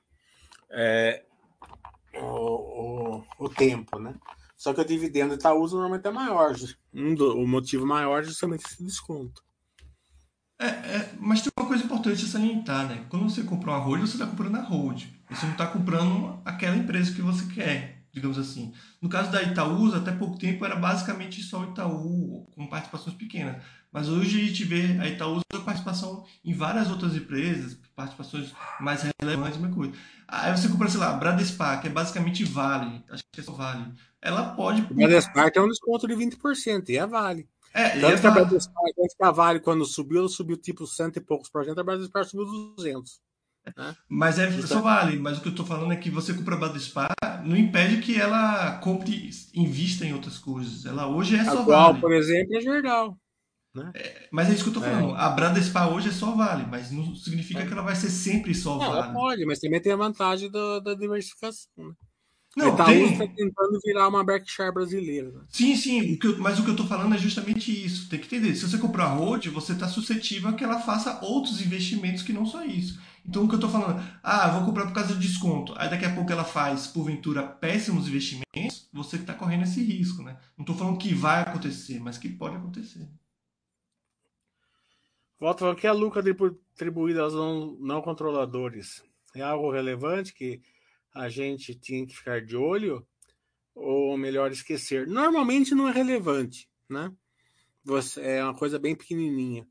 o, o, o tempo, né? Só que o dividendo Itaúsa normalmente é maior. Um do, o motivo maior é justamente esse desconto. É, é, mas tem uma coisa importante a salientar, né? Quando você compra uma hold, você está comprando a hold. Você não está comprando aquela empresa que você quer, digamos assim. No caso da Itaúsa, até pouco tempo era basicamente só o Itaú, com participações pequenas. Mas hoje a gente vê a Itaúsa com participação em várias outras empresas, participações mais relevantes, uma coisa. Aí você compra, sei lá, Bradespar, que é basicamente Vale, acho que é só Vale. Ela pode, O por... Bradespar tem um desconto de vinte por cento e é Vale. É, e é Tanto que a Vale. Bradespar, tanto que a Vale, quando subiu, ela subiu tipo cento e poucos por cento, a Bradespar subiu duzentos. Né? Mas é só Justamente. vale. Mas o que eu tô falando é que você compra a Bradespar não impede que ela compre, invista em outras coisas. Ela hoje é A só Goal, vale. por exemplo, é Gerdau. Né? Mas é isso que eu tô É, falando. A Bradespar hoje é só vale, mas não significa é. que ela vai ser sempre só Não, ela vale. pode, mas também tem a vantagem do, da diversificação. Né? A Não, Itaú está tem. tentando virar uma Berkshire brasileira, né? Sim, sim, o que eu- mas o que eu tô falando é justamente isso. Tem que entender. Se você comprar a Hold, você está suscetível a que ela faça outros investimentos que não só isso. Então o que eu tô falando, ah, vou comprar por causa do desconto. Aí daqui a pouco ela faz, porventura, péssimos investimentos, você que está correndo esse risco, né? Não tô falando que vai acontecer, mas que pode acontecer. Volta falando que é lucro atribuído aos não, não controladores. É algo relevante que a gente tinha que ficar de olho ou melhor esquecer? Normalmente não é relevante, né? Você, é uma coisa bem pequenininha.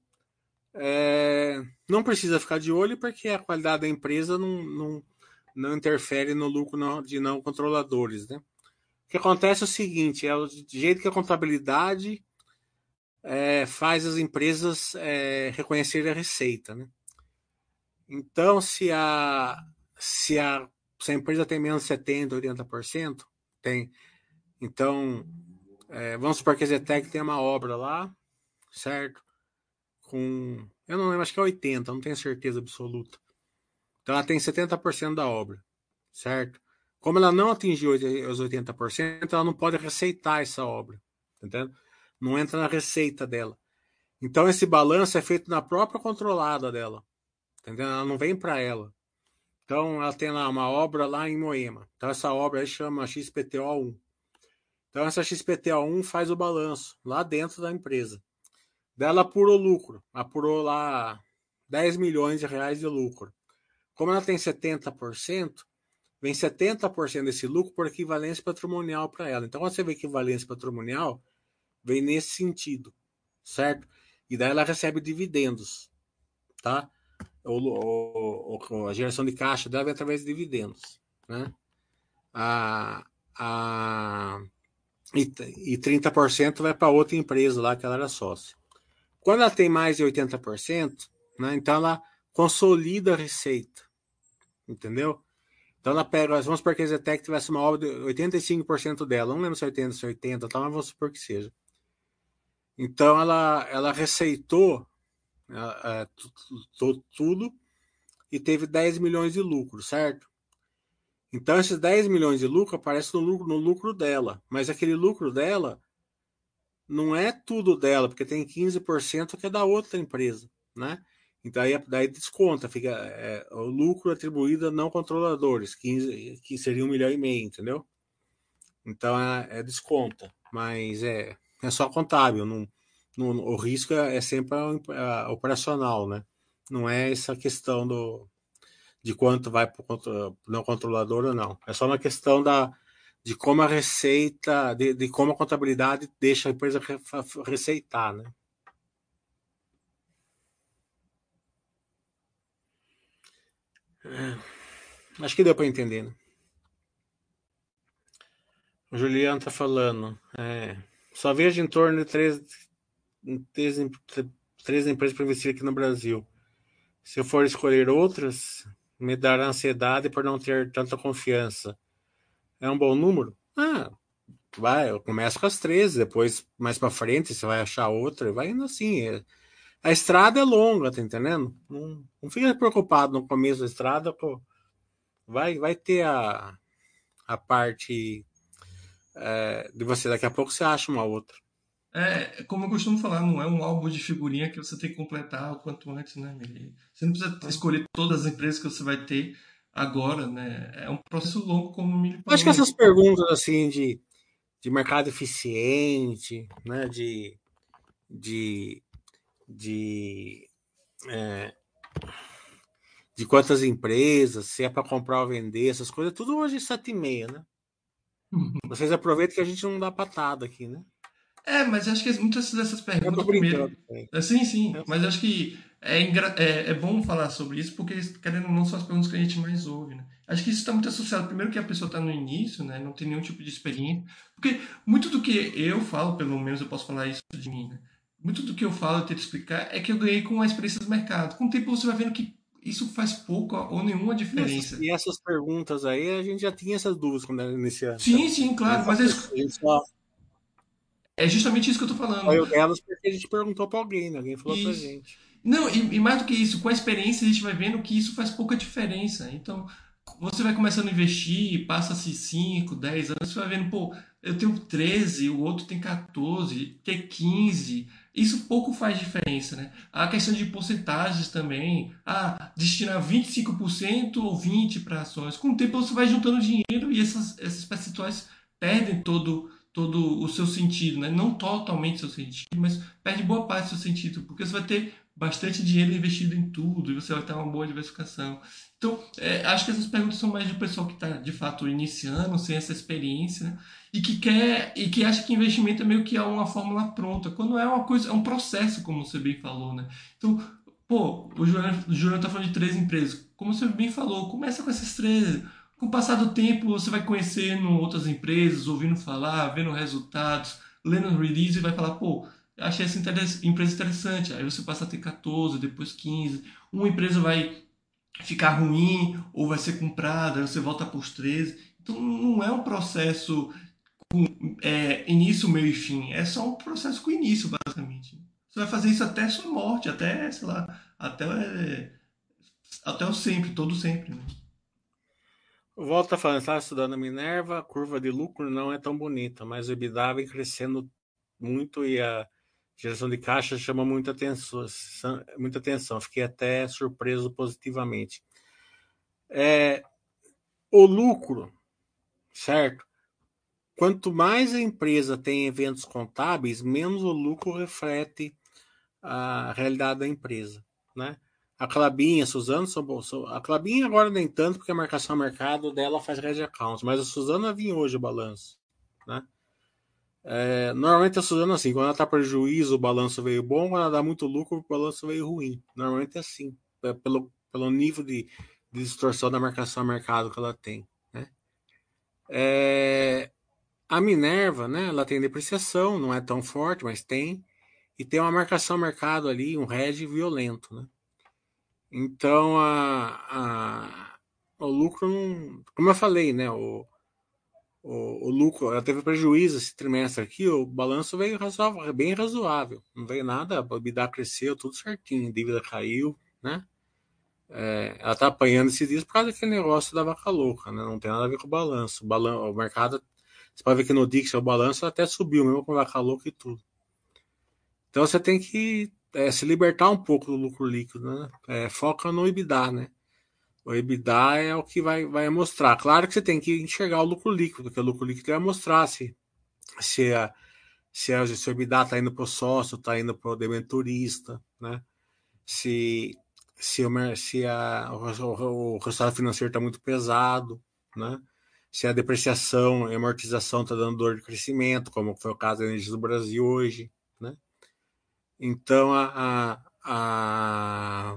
É, não precisa ficar de olho porque a qualidade da empresa não, não, não interfere no lucro não, de não controladores, né? O que acontece é o seguinte, é o jeito que a contabilidade é, faz as empresas é, reconhecerem a receita, né? Então, se a, se a, se a empresa tem menos de setenta por cento, oitenta por cento, tem. Então, é, vamos supor que a Zetec tem uma obra lá, certo? Com. Eu não lembro, acho que é oitenta, não tenho certeza absoluta. Então, ela tem setenta por cento da obra, certo? Como ela não atingiu os oitenta por cento, ela não pode receitar essa obra, entendeu? Não entra na receita dela. Então, esse balanço é feito na própria controlada dela, entendeu? Ela não vem para ela. Então, ela tem lá uma obra lá em Moema. Então, essa obra aí chama X P T O um. Então, essa X P T O um faz o balanço lá dentro da empresa. Daí ela apurou lucro. Apurou lá dez milhões de reais de lucro. Como ela tem setenta por cento, vem setenta por cento desse lucro por equivalência patrimonial para ela. Então, quando você vê equivalência patrimonial, vem nesse sentido, certo? E daí ela recebe dividendos, tá? O, o, a geração de caixa dela vem através de dividendos, né? A, a, e, e trinta por cento vai para outra empresa lá que ela era sócia. Quando ela tem mais de oitenta por cento, né, então ela consolida a receita, entendeu? Então ela pega, vamos supor que a Zetec tivesse uma obra de oitenta e cinco por cento dela, não lembro se é oitenta, se é oitenta, tá, mas vamos supor que seja. Então ela, ela receitou é, tudo e teve dez milhões de lucro, certo? Então esses dez milhões de lucro aparecem no lucro, no lucro dela, mas aquele lucro dela não é tudo dela, porque tem quinze por cento que é da outra empresa, né? Então daí, daí desconta, fica é, o lucro atribuído a não controladores, quinze, que seria um milhão e meio, entendeu? Então é, é desconta, mas é, é só contábil, não, não, o risco é sempre a, a operacional, né? Não é essa questão do, de quanto vai para o não controlador ou não. É só uma questão da, de como a receita, de, de como a contabilidade deixa a empresa re, receitar, né? É, acho que deu para entender, né? O Juliano está falando. É, só vejo em torno de três, três, três empresas para investir aqui no Brasil. Se eu for escolher outras, me dará ansiedade por não ter tanta confiança. É um bom número? Ah, vai, eu começo com as treze, depois mais para frente você vai achar outra, vai indo assim. É, a estrada é longa, tá entendendo? Não, não fica preocupado no começo da estrada, pô. Vai, vai ter a, a parte é, de você, daqui a pouco você acha uma outra. É, como eu costumo falar, não é um álbum de figurinha que você tem que completar o quanto antes, né, Mili? Você não precisa escolher todas as empresas que você vai ter agora, né? É um processo longo, como o Mili Acho falou, que né? essas perguntas assim de, de mercado eficiente, né, de, de, de, é, de quantas empresas, se é para comprar ou vender, essas coisas, tudo hoje é sete e meia, né? Vocês aproveitam que a gente não dá patada aqui, né? É, mas acho que muitas dessas Eu tô perguntas, primeiro. brincando. Né? É, sim, sim, Eu mas sei. acho que é, engra- é, é bom falar sobre isso, porque, querendo ou não, são as perguntas que a gente mais ouve, né? Acho que isso está muito associado, primeiro, que a pessoa está no início, né? Não tem nenhum tipo de experiência. Porque muito do que eu falo, pelo menos eu posso falar isso de mim, né? Muito do que eu falo, eu tento explicar, é que eu ganhei com a experiência do mercado. Com o tempo você vai vendo que isso faz pouca ou nenhuma E essas, diferença. e essas perguntas aí, a gente já tinha essas dúvidas quando era iniciante. Sim, sim, A gente claro, só, mas é, isso- a gente só é justamente isso que eu tô falando. saiu delas porque a gente perguntou para alguém, né? Alguém falou pra Isso. gente. Não, e, e mais do que isso, com a experiência a gente vai vendo que isso faz pouca diferença. Então, você vai começando a investir, passa-se cinco, dez anos, você vai vendo, pô, eu tenho treze, o outro tem quatorze, tem quinze. Isso pouco faz diferença, né? A questão de porcentagens também. Ah, destinar vinte e cinco por cento ou vinte por cento para ações. Com o tempo você vai juntando dinheiro e essas, essas percentuais perdem todo, todo o seu sentido, né? Não totalmente seu sentido, mas perde boa parte do seu sentido, porque você vai ter bastante dinheiro investido em tudo e você vai ter uma boa diversificação. Então, é, acho que essas perguntas são mais do pessoal que está, de fato, iniciando, sem essa experiência, né? E que quer, e que acha que investimento é meio que é uma fórmula pronta, quando é uma coisa, é um processo, como você bem falou, né? Então, pô, o Juliano está falando de três empresas. Como você bem falou, começa com essas três. Com o passar do tempo, você vai conhecendo outras empresas, ouvindo falar, vendo resultados, lendo release e vai falar, pô, achei essa empresa interessante. Aí você passa a ter quatorze, depois quinze. Uma empresa vai ficar ruim ou vai ser comprada, aí você volta para os treze. Então não é um processo é, início, meio e fim. É só um processo com início, basicamente. Você vai fazer isso até a sua morte, até, sei lá, até, até o sempre, todo sempre, né? O Walter tá falando, estava estudando Minerva, a curva de lucro não é tão bonita, mas o EBITDA vem crescendo muito e a geração de caixa chama muita atenção, muita atenção. Fiquei até surpreso positivamente. É, o lucro, certo? Quanto mais a empresa tem eventos contábeis, menos o lucro reflete a realidade da empresa, né? A Clabinha, a Suzano, são, são, a Clabinha agora nem tanto, porque a marcação mercado dela faz red account, mas a Suzano vinha hoje o balanço, né? É, normalmente a Suzano assim, quando ela está prejuízo, o balanço veio bom, quando ela dá muito lucro, o balanço veio ruim. Normalmente é assim, é pelo, pelo nível de, de distorção da marcação mercado que ela tem, né? É, a Minerva, né, ela tem depreciação, não é tão forte, mas tem, e tem uma marcação mercado ali, um hedge violento, né? Então, a, a, o lucro não. Como eu falei, né? O, o, o lucro, ela teve prejuízo esse trimestre aqui, o balanço veio razoável, bem razoável. Não veio nada, a EBITDA cresceu, tudo certinho, a dívida caiu, né? É, ela tá apanhando esses dias por causa daquele negócio da vaca louca, né? Não tem nada a ver com o balanço. O, balan o mercado, você pode ver que no Dix o balanço até subiu, mesmo com vaca louca e tudo. Então você tem que é, se libertar um pouco do lucro líquido, né? É, foca no EBITDA, né? O EBITDA é o que vai, vai mostrar. Claro que você tem que enxergar o lucro líquido, porque o lucro líquido vai mostrar se, se, a, se, a, se o EBITDA está indo para o sócio, está indo para o debenturista, né? Se, se, o, se a, o, o resultado financeiro está muito pesado, né? Se a depreciação e amortização está dando dor de crescimento, como foi o caso da Energia do Brasil hoje, né? Então, a, a,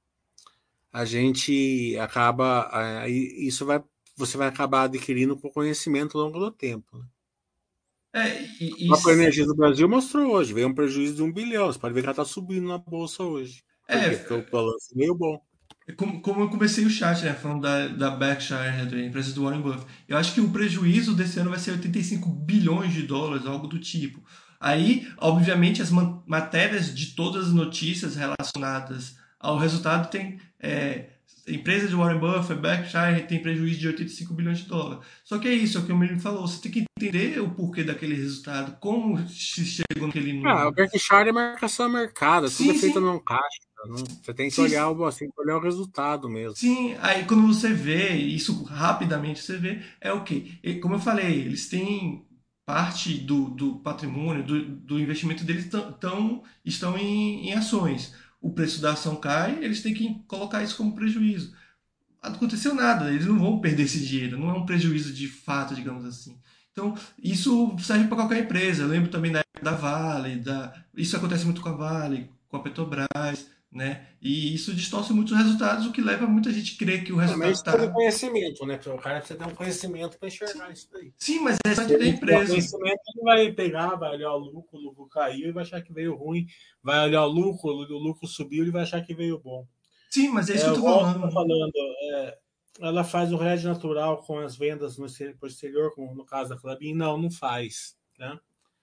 a gente acaba. É, isso vai. Você vai acabar adquirindo com conhecimento ao longo do tempo. Né? É, A e, e própria Energia do Brasil mostrou hoje, veio um prejuízo de um bilhão. Você pode ver que ela está subindo na bolsa hoje. Por quê? Porque é, o balanço é meio bom. como, como eu comecei o chat, né, falando da, da Berkshire, da empresa do Warren Buffett, eu acho que o prejuízo desse ano vai ser oitenta e cinco bilhões de dólares, algo do tipo. Aí, obviamente, as matérias de todas as notícias relacionadas ao resultado tem é, empresa de Warren Buffett, Berkshire tem prejuízo de oitenta e cinco bilhões de dólares. Só que é isso, é o que o menino falou, você tem que entender o porquê daquele resultado, como se chegou naquele Ah, o número. Berkshire é marcação a mercado, tudo é Sim, feito sim, não caixa. Não, você tem que olhar sim, o, assim, olhar o resultado mesmo. sim, aí quando você vê, isso rapidamente você vê, é o quê? E, como eu falei, eles têm parte do, do patrimônio, do, do investimento deles tão, tão- estão em, em ações. O preço da ação cai, eles têm que colocar isso como prejuízo. Não aconteceu nada, eles não vão perder esse dinheiro, não é um prejuízo de fato, digamos assim. Então, isso serve para qualquer empresa. Eu lembro também da época da Vale, da... isso acontece muito com a Vale, com a Petrobras, né? E isso distorce muitos resultados, o que leva muita gente a crer que o É, mas resultado isso precisa de está. conhecimento, né? O cara precisa ter um conhecimento para enxergar isso daí. Sim, mas é Se restante da ele tiver empresa. conhecimento, ele vai pegar, vai olhar o lucro, o lucro caiu e vai achar que veio ruim. Vai olhar o lucro, o lucro subiu e vai achar que veio bom. Sim, mas é isso É, que eu o tô Walter está falando. falando, é, ela faz o hedge natural com as vendas no exterior, como no caso da Clabin? Não, não faz. Né?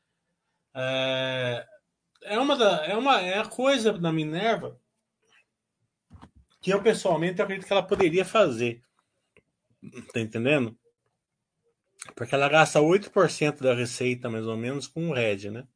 É, é, uma da, é, uma, é a coisa da Minerva que eu pessoalmente acredito que ela poderia fazer. Tá entendendo? Porque ela gasta oito por cento da receita, mais ou menos, com o hedge, né?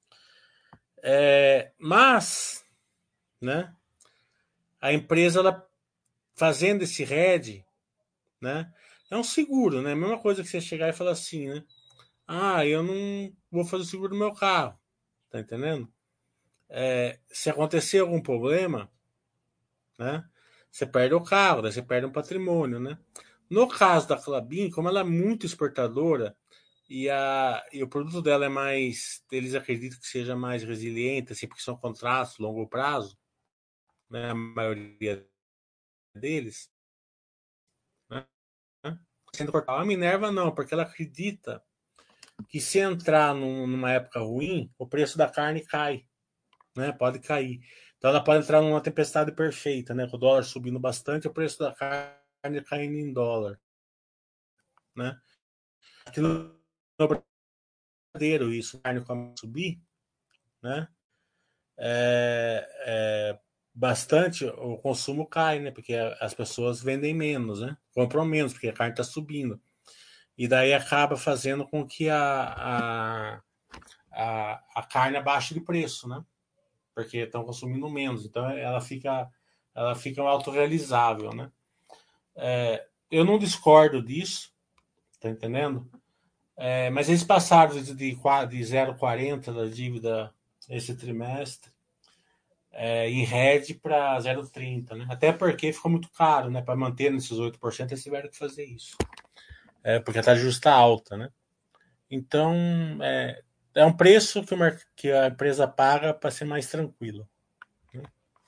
É, mas, né, a empresa, ela fazendo esse hedge, né, é um seguro, né? A mesma coisa que você chegar e falar assim, né? Ah, eu não vou fazer o seguro do meu carro. Tá entendendo? É, se acontecer algum problema, né? Você perde o carro, daí você perde um patrimônio, né? No caso da Clabin, como ela é muito exportadora e, a, e o produto dela é mais, eles acreditam que seja mais resiliente, assim, porque são contratos longo prazo, né? A maioria deles, né? Sendo cortado. A Minerva não, porque ela acredita que se entrar num, numa época ruim, o preço da carne cai, né? Pode cair. Então ela pode entrar numa tempestade perfeita, né? Com o dólar subindo bastante, o preço da carne caindo em dólar, né? Aqui no Brasil, isso, a carne começa a subir, né? É, é, bastante o consumo cai, né? Porque as pessoas vendem menos, né? Compram menos, porque a carne está subindo. E daí acaba fazendo com que a, a, a, a carne abaixe de preço, né? Porque estão consumindo menos. Então ela fica, ela fica autorrealizável, né? É, eu não discordo disso, tá entendendo? É, mas eles passaram de, de, de zero vírgula quarenta da dívida esse trimestre é, em rede para zero vírgula trinta, né? Até porque ficou muito caro, né? Para manter nesses oito por cento, eles tiveram que fazer isso. É, porque a taxa justa está alta, né? Então, é, é um preço que, uma, que a empresa paga para ser mais tranquilo. Né?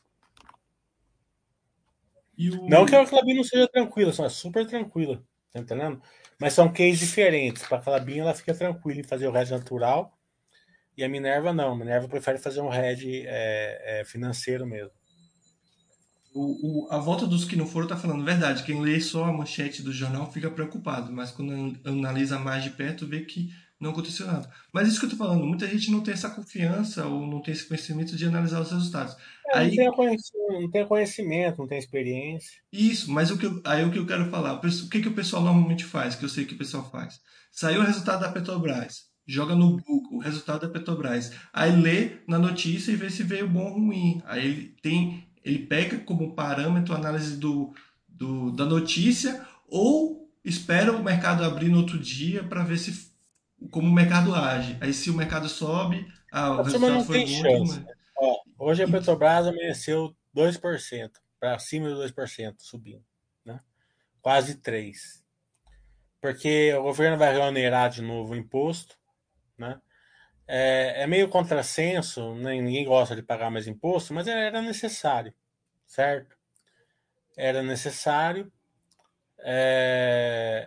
E Não que o, a Clabin não seja tranquila, é super tranquila, tá entendendo? Mas são cases diferentes. Para a Clabin, ela fica tranquila em fazer o hedge natural e a Minerva não. A Minerva prefere fazer um hedge é, é, financeiro mesmo. o, o, a volta dos que não foram tá falando verdade. Quem lê só a manchete do jornal fica preocupado, mas quando analisa mais de perto, vê que não aconteceu nada. Mas isso que eu tô falando, muita gente não tem essa confiança ou não tem esse conhecimento de analisar os resultados. É, não tem Aí, conhecimento, não tem conhecimento, não tem experiência. isso, mas o que eu, aí o que eu quero falar, o que, que o pessoal normalmente faz, que eu sei que o pessoal faz. Saiu o resultado da Petrobras, joga no Google o resultado da Petrobras, aí lê na notícia e vê se veio bom ou ruim. Aí ele tem, ele pega como parâmetro a análise do, do, da notícia ou espera o mercado abrir no outro dia para ver se como o mercado age. Aí se o mercado sobe, ah, o A turma resultado não foi tem bom e tudo chance. mais. Ó, hoje a E, Petrobras amanheceu dois por cento, para cima de dois por cento subindo. Né? Quase três por cento. Porque o governo vai reonerar de novo o imposto. Né? É, é meio contrassenso, né? Ninguém gosta de pagar mais imposto, mas era necessário, certo? Era necessário, é,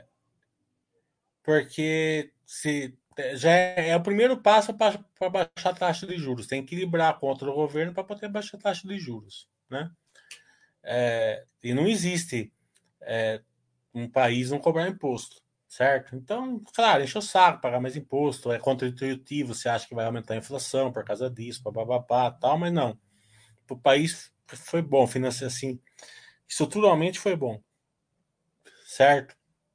porque se já é, é o primeiro passo para baixar a taxa de juros. Tem que equilibrar a conta do governo para poder baixar a taxa de juros. Né? É, e não existe é, um país não cobrar imposto, certo? Então, claro, enche o saco pagar mais imposto, é contra-intuitivo, você acha que vai aumentar a inflação por causa disso, bababá, tal, mas não. O país foi bom, financeiro assim, estruturalmente foi bom, certo?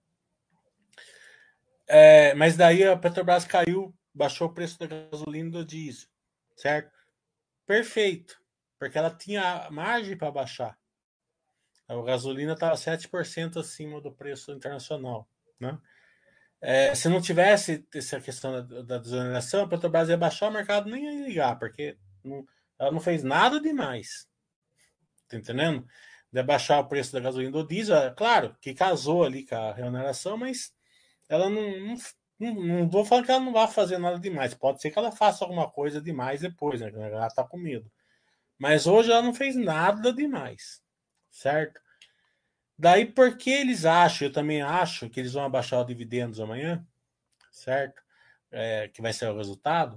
É, mas daí a Petrobras caiu, baixou o preço da gasolina e do diesel, certo? Perfeito, porque ela tinha margem para baixar. A gasolina estava sete por cento acima do preço internacional, né? É, se não tivesse essa questão da, da desoneração, a Petrobras ia baixar, o mercado nem ia ligar, porque não, ela não fez nada demais. Tá entendendo? De baixar o preço da gasolina e do diesel, é claro que casou ali com a reoneração, mas ela não, não, não, não vou falar que ela não vai fazer nada demais. Pode ser que ela faça alguma coisa demais depois, né? Ela tá com medo. Mas hoje ela não fez nada demais, certo? Daí, por que eles acham, eu também acho, que eles vão abaixar os dividendos amanhã, certo? É, que vai ser o resultado.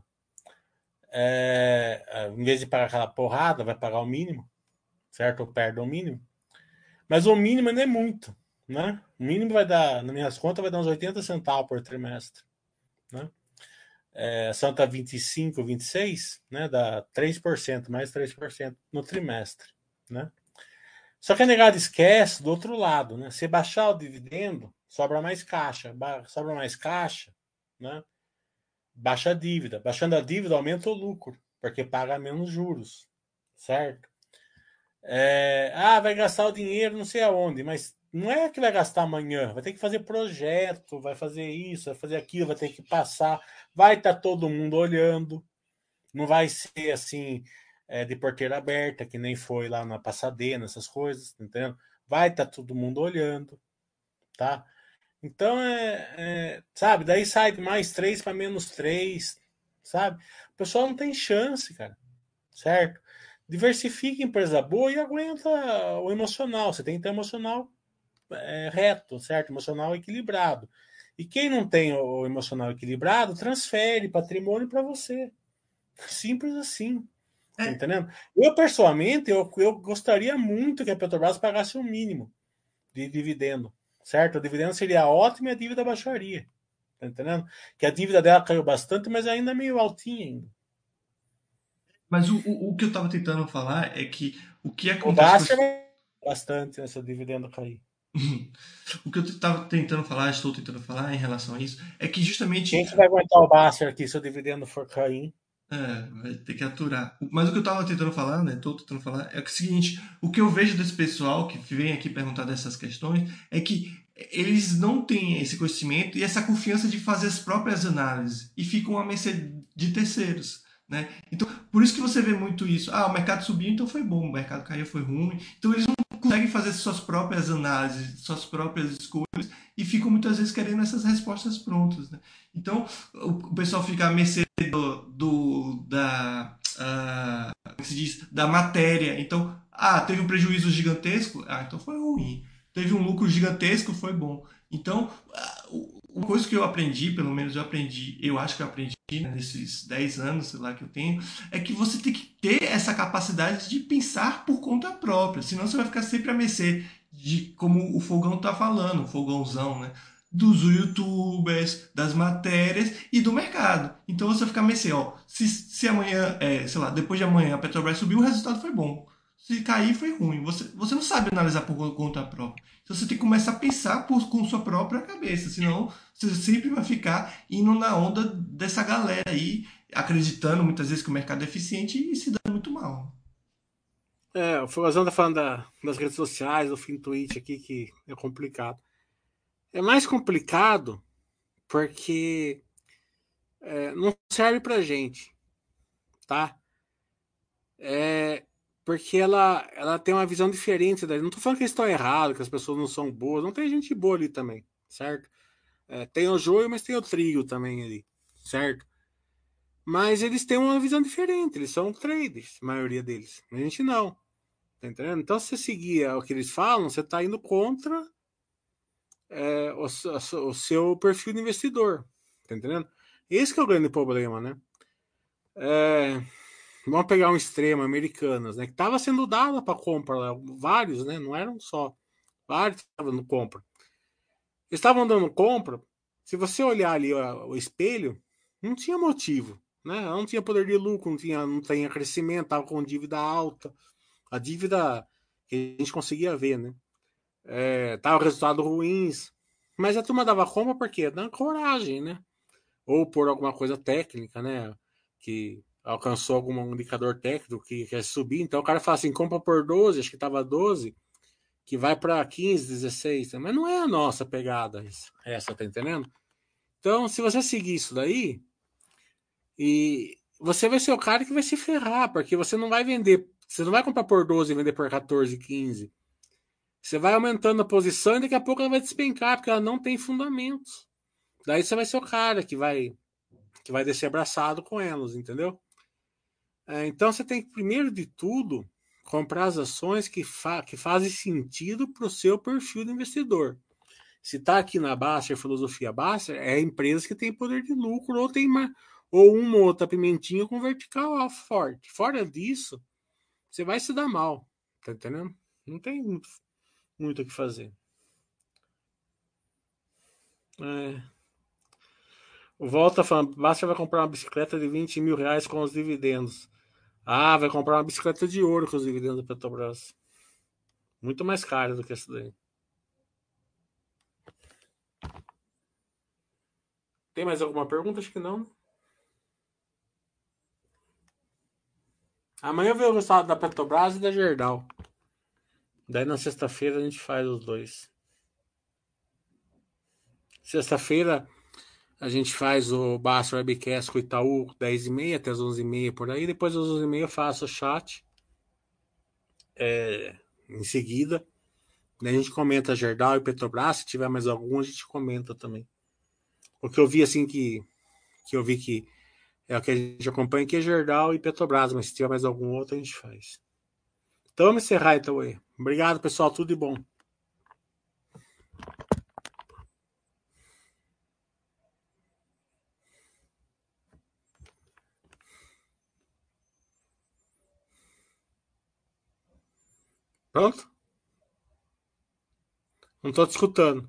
É, em vez de pagar aquela porrada, vai pagar o mínimo, certo? Ou perde o mínimo. Mas o mínimo não é muito, né? O mínimo vai dar, nas minhas contas, vai dar uns oitenta centavos por trimestre, né? É, Santa vinte e cinco, vinte e seis, né? Dá três por cento, mais três por cento no trimestre, né? Só que a negada esquece do outro lado, né? Se baixar o dividendo, sobra mais caixa. Ba- sobra mais caixa, né? Baixa a dívida. Baixando a dívida, aumenta o lucro, porque paga menos juros, certo? É, ah, vai gastar o dinheiro não sei aonde, mas não é que vai gastar amanhã. Vai ter que fazer projeto, vai fazer isso, vai fazer aquilo, vai ter que passar. Vai estar todo mundo olhando. Não vai ser assim, é, de porteira aberta, que nem foi lá na Passadena, essas coisas, tá entendendo? Vai estar todo mundo olhando, tá? Então é, é, sabe, daí sai de mais três para menos três, sabe? O pessoal não tem chance, cara, certo? Diversifica em empresa boa e aguenta o emocional. Você tem que ter emocional é, reto, certo? Emocional equilibrado. E quem não tem o emocional equilibrado, transfere patrimônio para você. Simples assim. Tá É, entendendo? Eu, pessoalmente, eu, eu gostaria muito que a Petrobras pagasse o um mínimo de dividendo, certo? O dividendo seria ótimo e a dívida baixaria. Tá entendendo? Que a dívida dela caiu bastante, mas ainda é meio altinha ainda. mas o, o, o que eu estava tentando falar é que o que O acontece com Basser esse... vai bastante nessa dividendo cair. O que eu estava tentando falar, estou tentando falar em relação a isso, é que justamente Quem que vai aguentar o Basser aqui se o dividendo for cair? é, vai ter que aturar. Mas o que eu tava tentando falar, né? Tô tentando falar, é que é o seguinte: o que eu vejo desse pessoal que vem aqui perguntar dessas questões é que eles não têm esse conhecimento e essa confiança de fazer as próprias análises e ficam à mercê de terceiros. Né? Então, por isso que você vê muito isso. Ah, o mercado subiu, então foi bom, o mercado caiu, foi ruim. Então, eles não conseguem fazer suas próprias análises, suas próprias escolhas e ficam muitas vezes querendo essas respostas prontas. Né? Então, o pessoal fica à mercê do, do da, uh, como é se diz, da matéria. Então, ah, teve um prejuízo gigantesco, ah, então foi ruim. Teve um lucro gigantesco, foi bom. Então, uh, uma coisa que eu aprendi, pelo menos eu aprendi, eu acho que eu aprendi né, nesses dez anos, sei lá, que eu tenho, é que você tem que ter essa capacidade de pensar por conta própria, senão você vai ficar sempre à mercê de como o fogão tá falando, o fogãozão, né? Dos youtubers, das matérias e do mercado. Então você fica meio assim, ó, se, se amanhã, é, sei lá, depois de amanhã a Petrobras subiu, o resultado foi bom. Se cair, foi ruim. Você, você não sabe analisar por conta própria. Então você tem que começar a pensar por, com sua própria cabeça, senão você sempre vai ficar indo na onda dessa galera aí, acreditando muitas vezes que o mercado é eficiente e se dando muito mal. É, o Fogazão tá falando da, das redes sociais, do fim tweet aqui, que é complicado. É mais complicado porque é, não serve pra gente, tá? É porque ela, ela tem uma visão diferente. Da... Não tô falando que eles estão errados, que as pessoas não são boas. Não tem gente boa ali também, certo? É, tem o joio, mas tem o trigo também ali, certo? Mas eles têm uma visão diferente. Eles são traders, a maioria deles. A gente não, tá entendendo? Então, se você seguir o que eles falam, você tá indo contra é, o, o, seu perfil de investidor, tá entendendo? Esse que é o grande problema, né? É, vamos pegar um extremo, Americanas, né? Que estava sendo dada para compra, vários, né? Não eram só, vários estavam dando compra. Eles estavam dando compra. Se você olhar ali ó, o espelho, não tinha motivo, né? Não tinha poder de lucro, não tinha, não tinha crescimento, estava com dívida alta, a dívida que a gente conseguia ver, né? É, tava resultados ruins, mas a turma dava compra porque dando coragem, né? Ou por alguma coisa técnica, né? Que alcançou algum indicador técnico que quer subir. Então o cara fala assim: compra por doze, acho que estava doze, que vai para quinze, dezesseis. Mas não é a nossa pegada essa, tá entendendo? Então, se você seguir isso daí, e você vai ser o cara que vai se ferrar, porque você não vai vender, você não vai comprar por doze e vender por catorze, quinze. Você vai aumentando a posição e daqui a pouco ela vai despencar, porque ela não tem fundamentos. Daí você vai ser o cara que vai que vai descer abraçado com elas, entendeu? É, então você tem que, primeiro de tudo, comprar as ações que, fa que fazem sentido para o seu perfil de investidor. Se está aqui na Baster, filosofia Baster, é empresas que têm poder de lucro ou tem uma, ou uma ou outra pimentinha com vertical forte. Fora disso, você vai se dar mal, tá entendendo? Não tem muito, muito o que fazer. É. O Volta falando, Baster vai comprar uma bicicleta de vinte mil reais com os dividendos. Ah, vai comprar uma bicicleta de ouro com os dividendos da Petrobras. Muito mais cara do que essa daí. Tem mais alguma pergunta? Acho que não. Amanhã eu vejo o resultado da Petrobras e da Gerdau. Daí na sexta-feira a gente faz os dois. Sexta-feira a gente faz o Basta Webcast com o Itaú dez e meia até as onze e meia por aí. Depois das onze e meia eu faço o chat é, em seguida. Daí a gente comenta Gerdau e Petrobras. Se tiver mais algum, a gente comenta também. O que eu vi assim que, que eu vi que é o que a gente acompanha aqui é Gerdau e Petrobras, mas se tiver mais algum outro, a gente faz. Então vamos encerrar então aí. Obrigado, pessoal. Tudo de bom. Pronto? Não estou te escutando.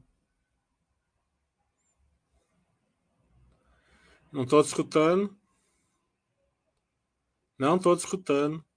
Não estou te escutando. Não estou te escutando.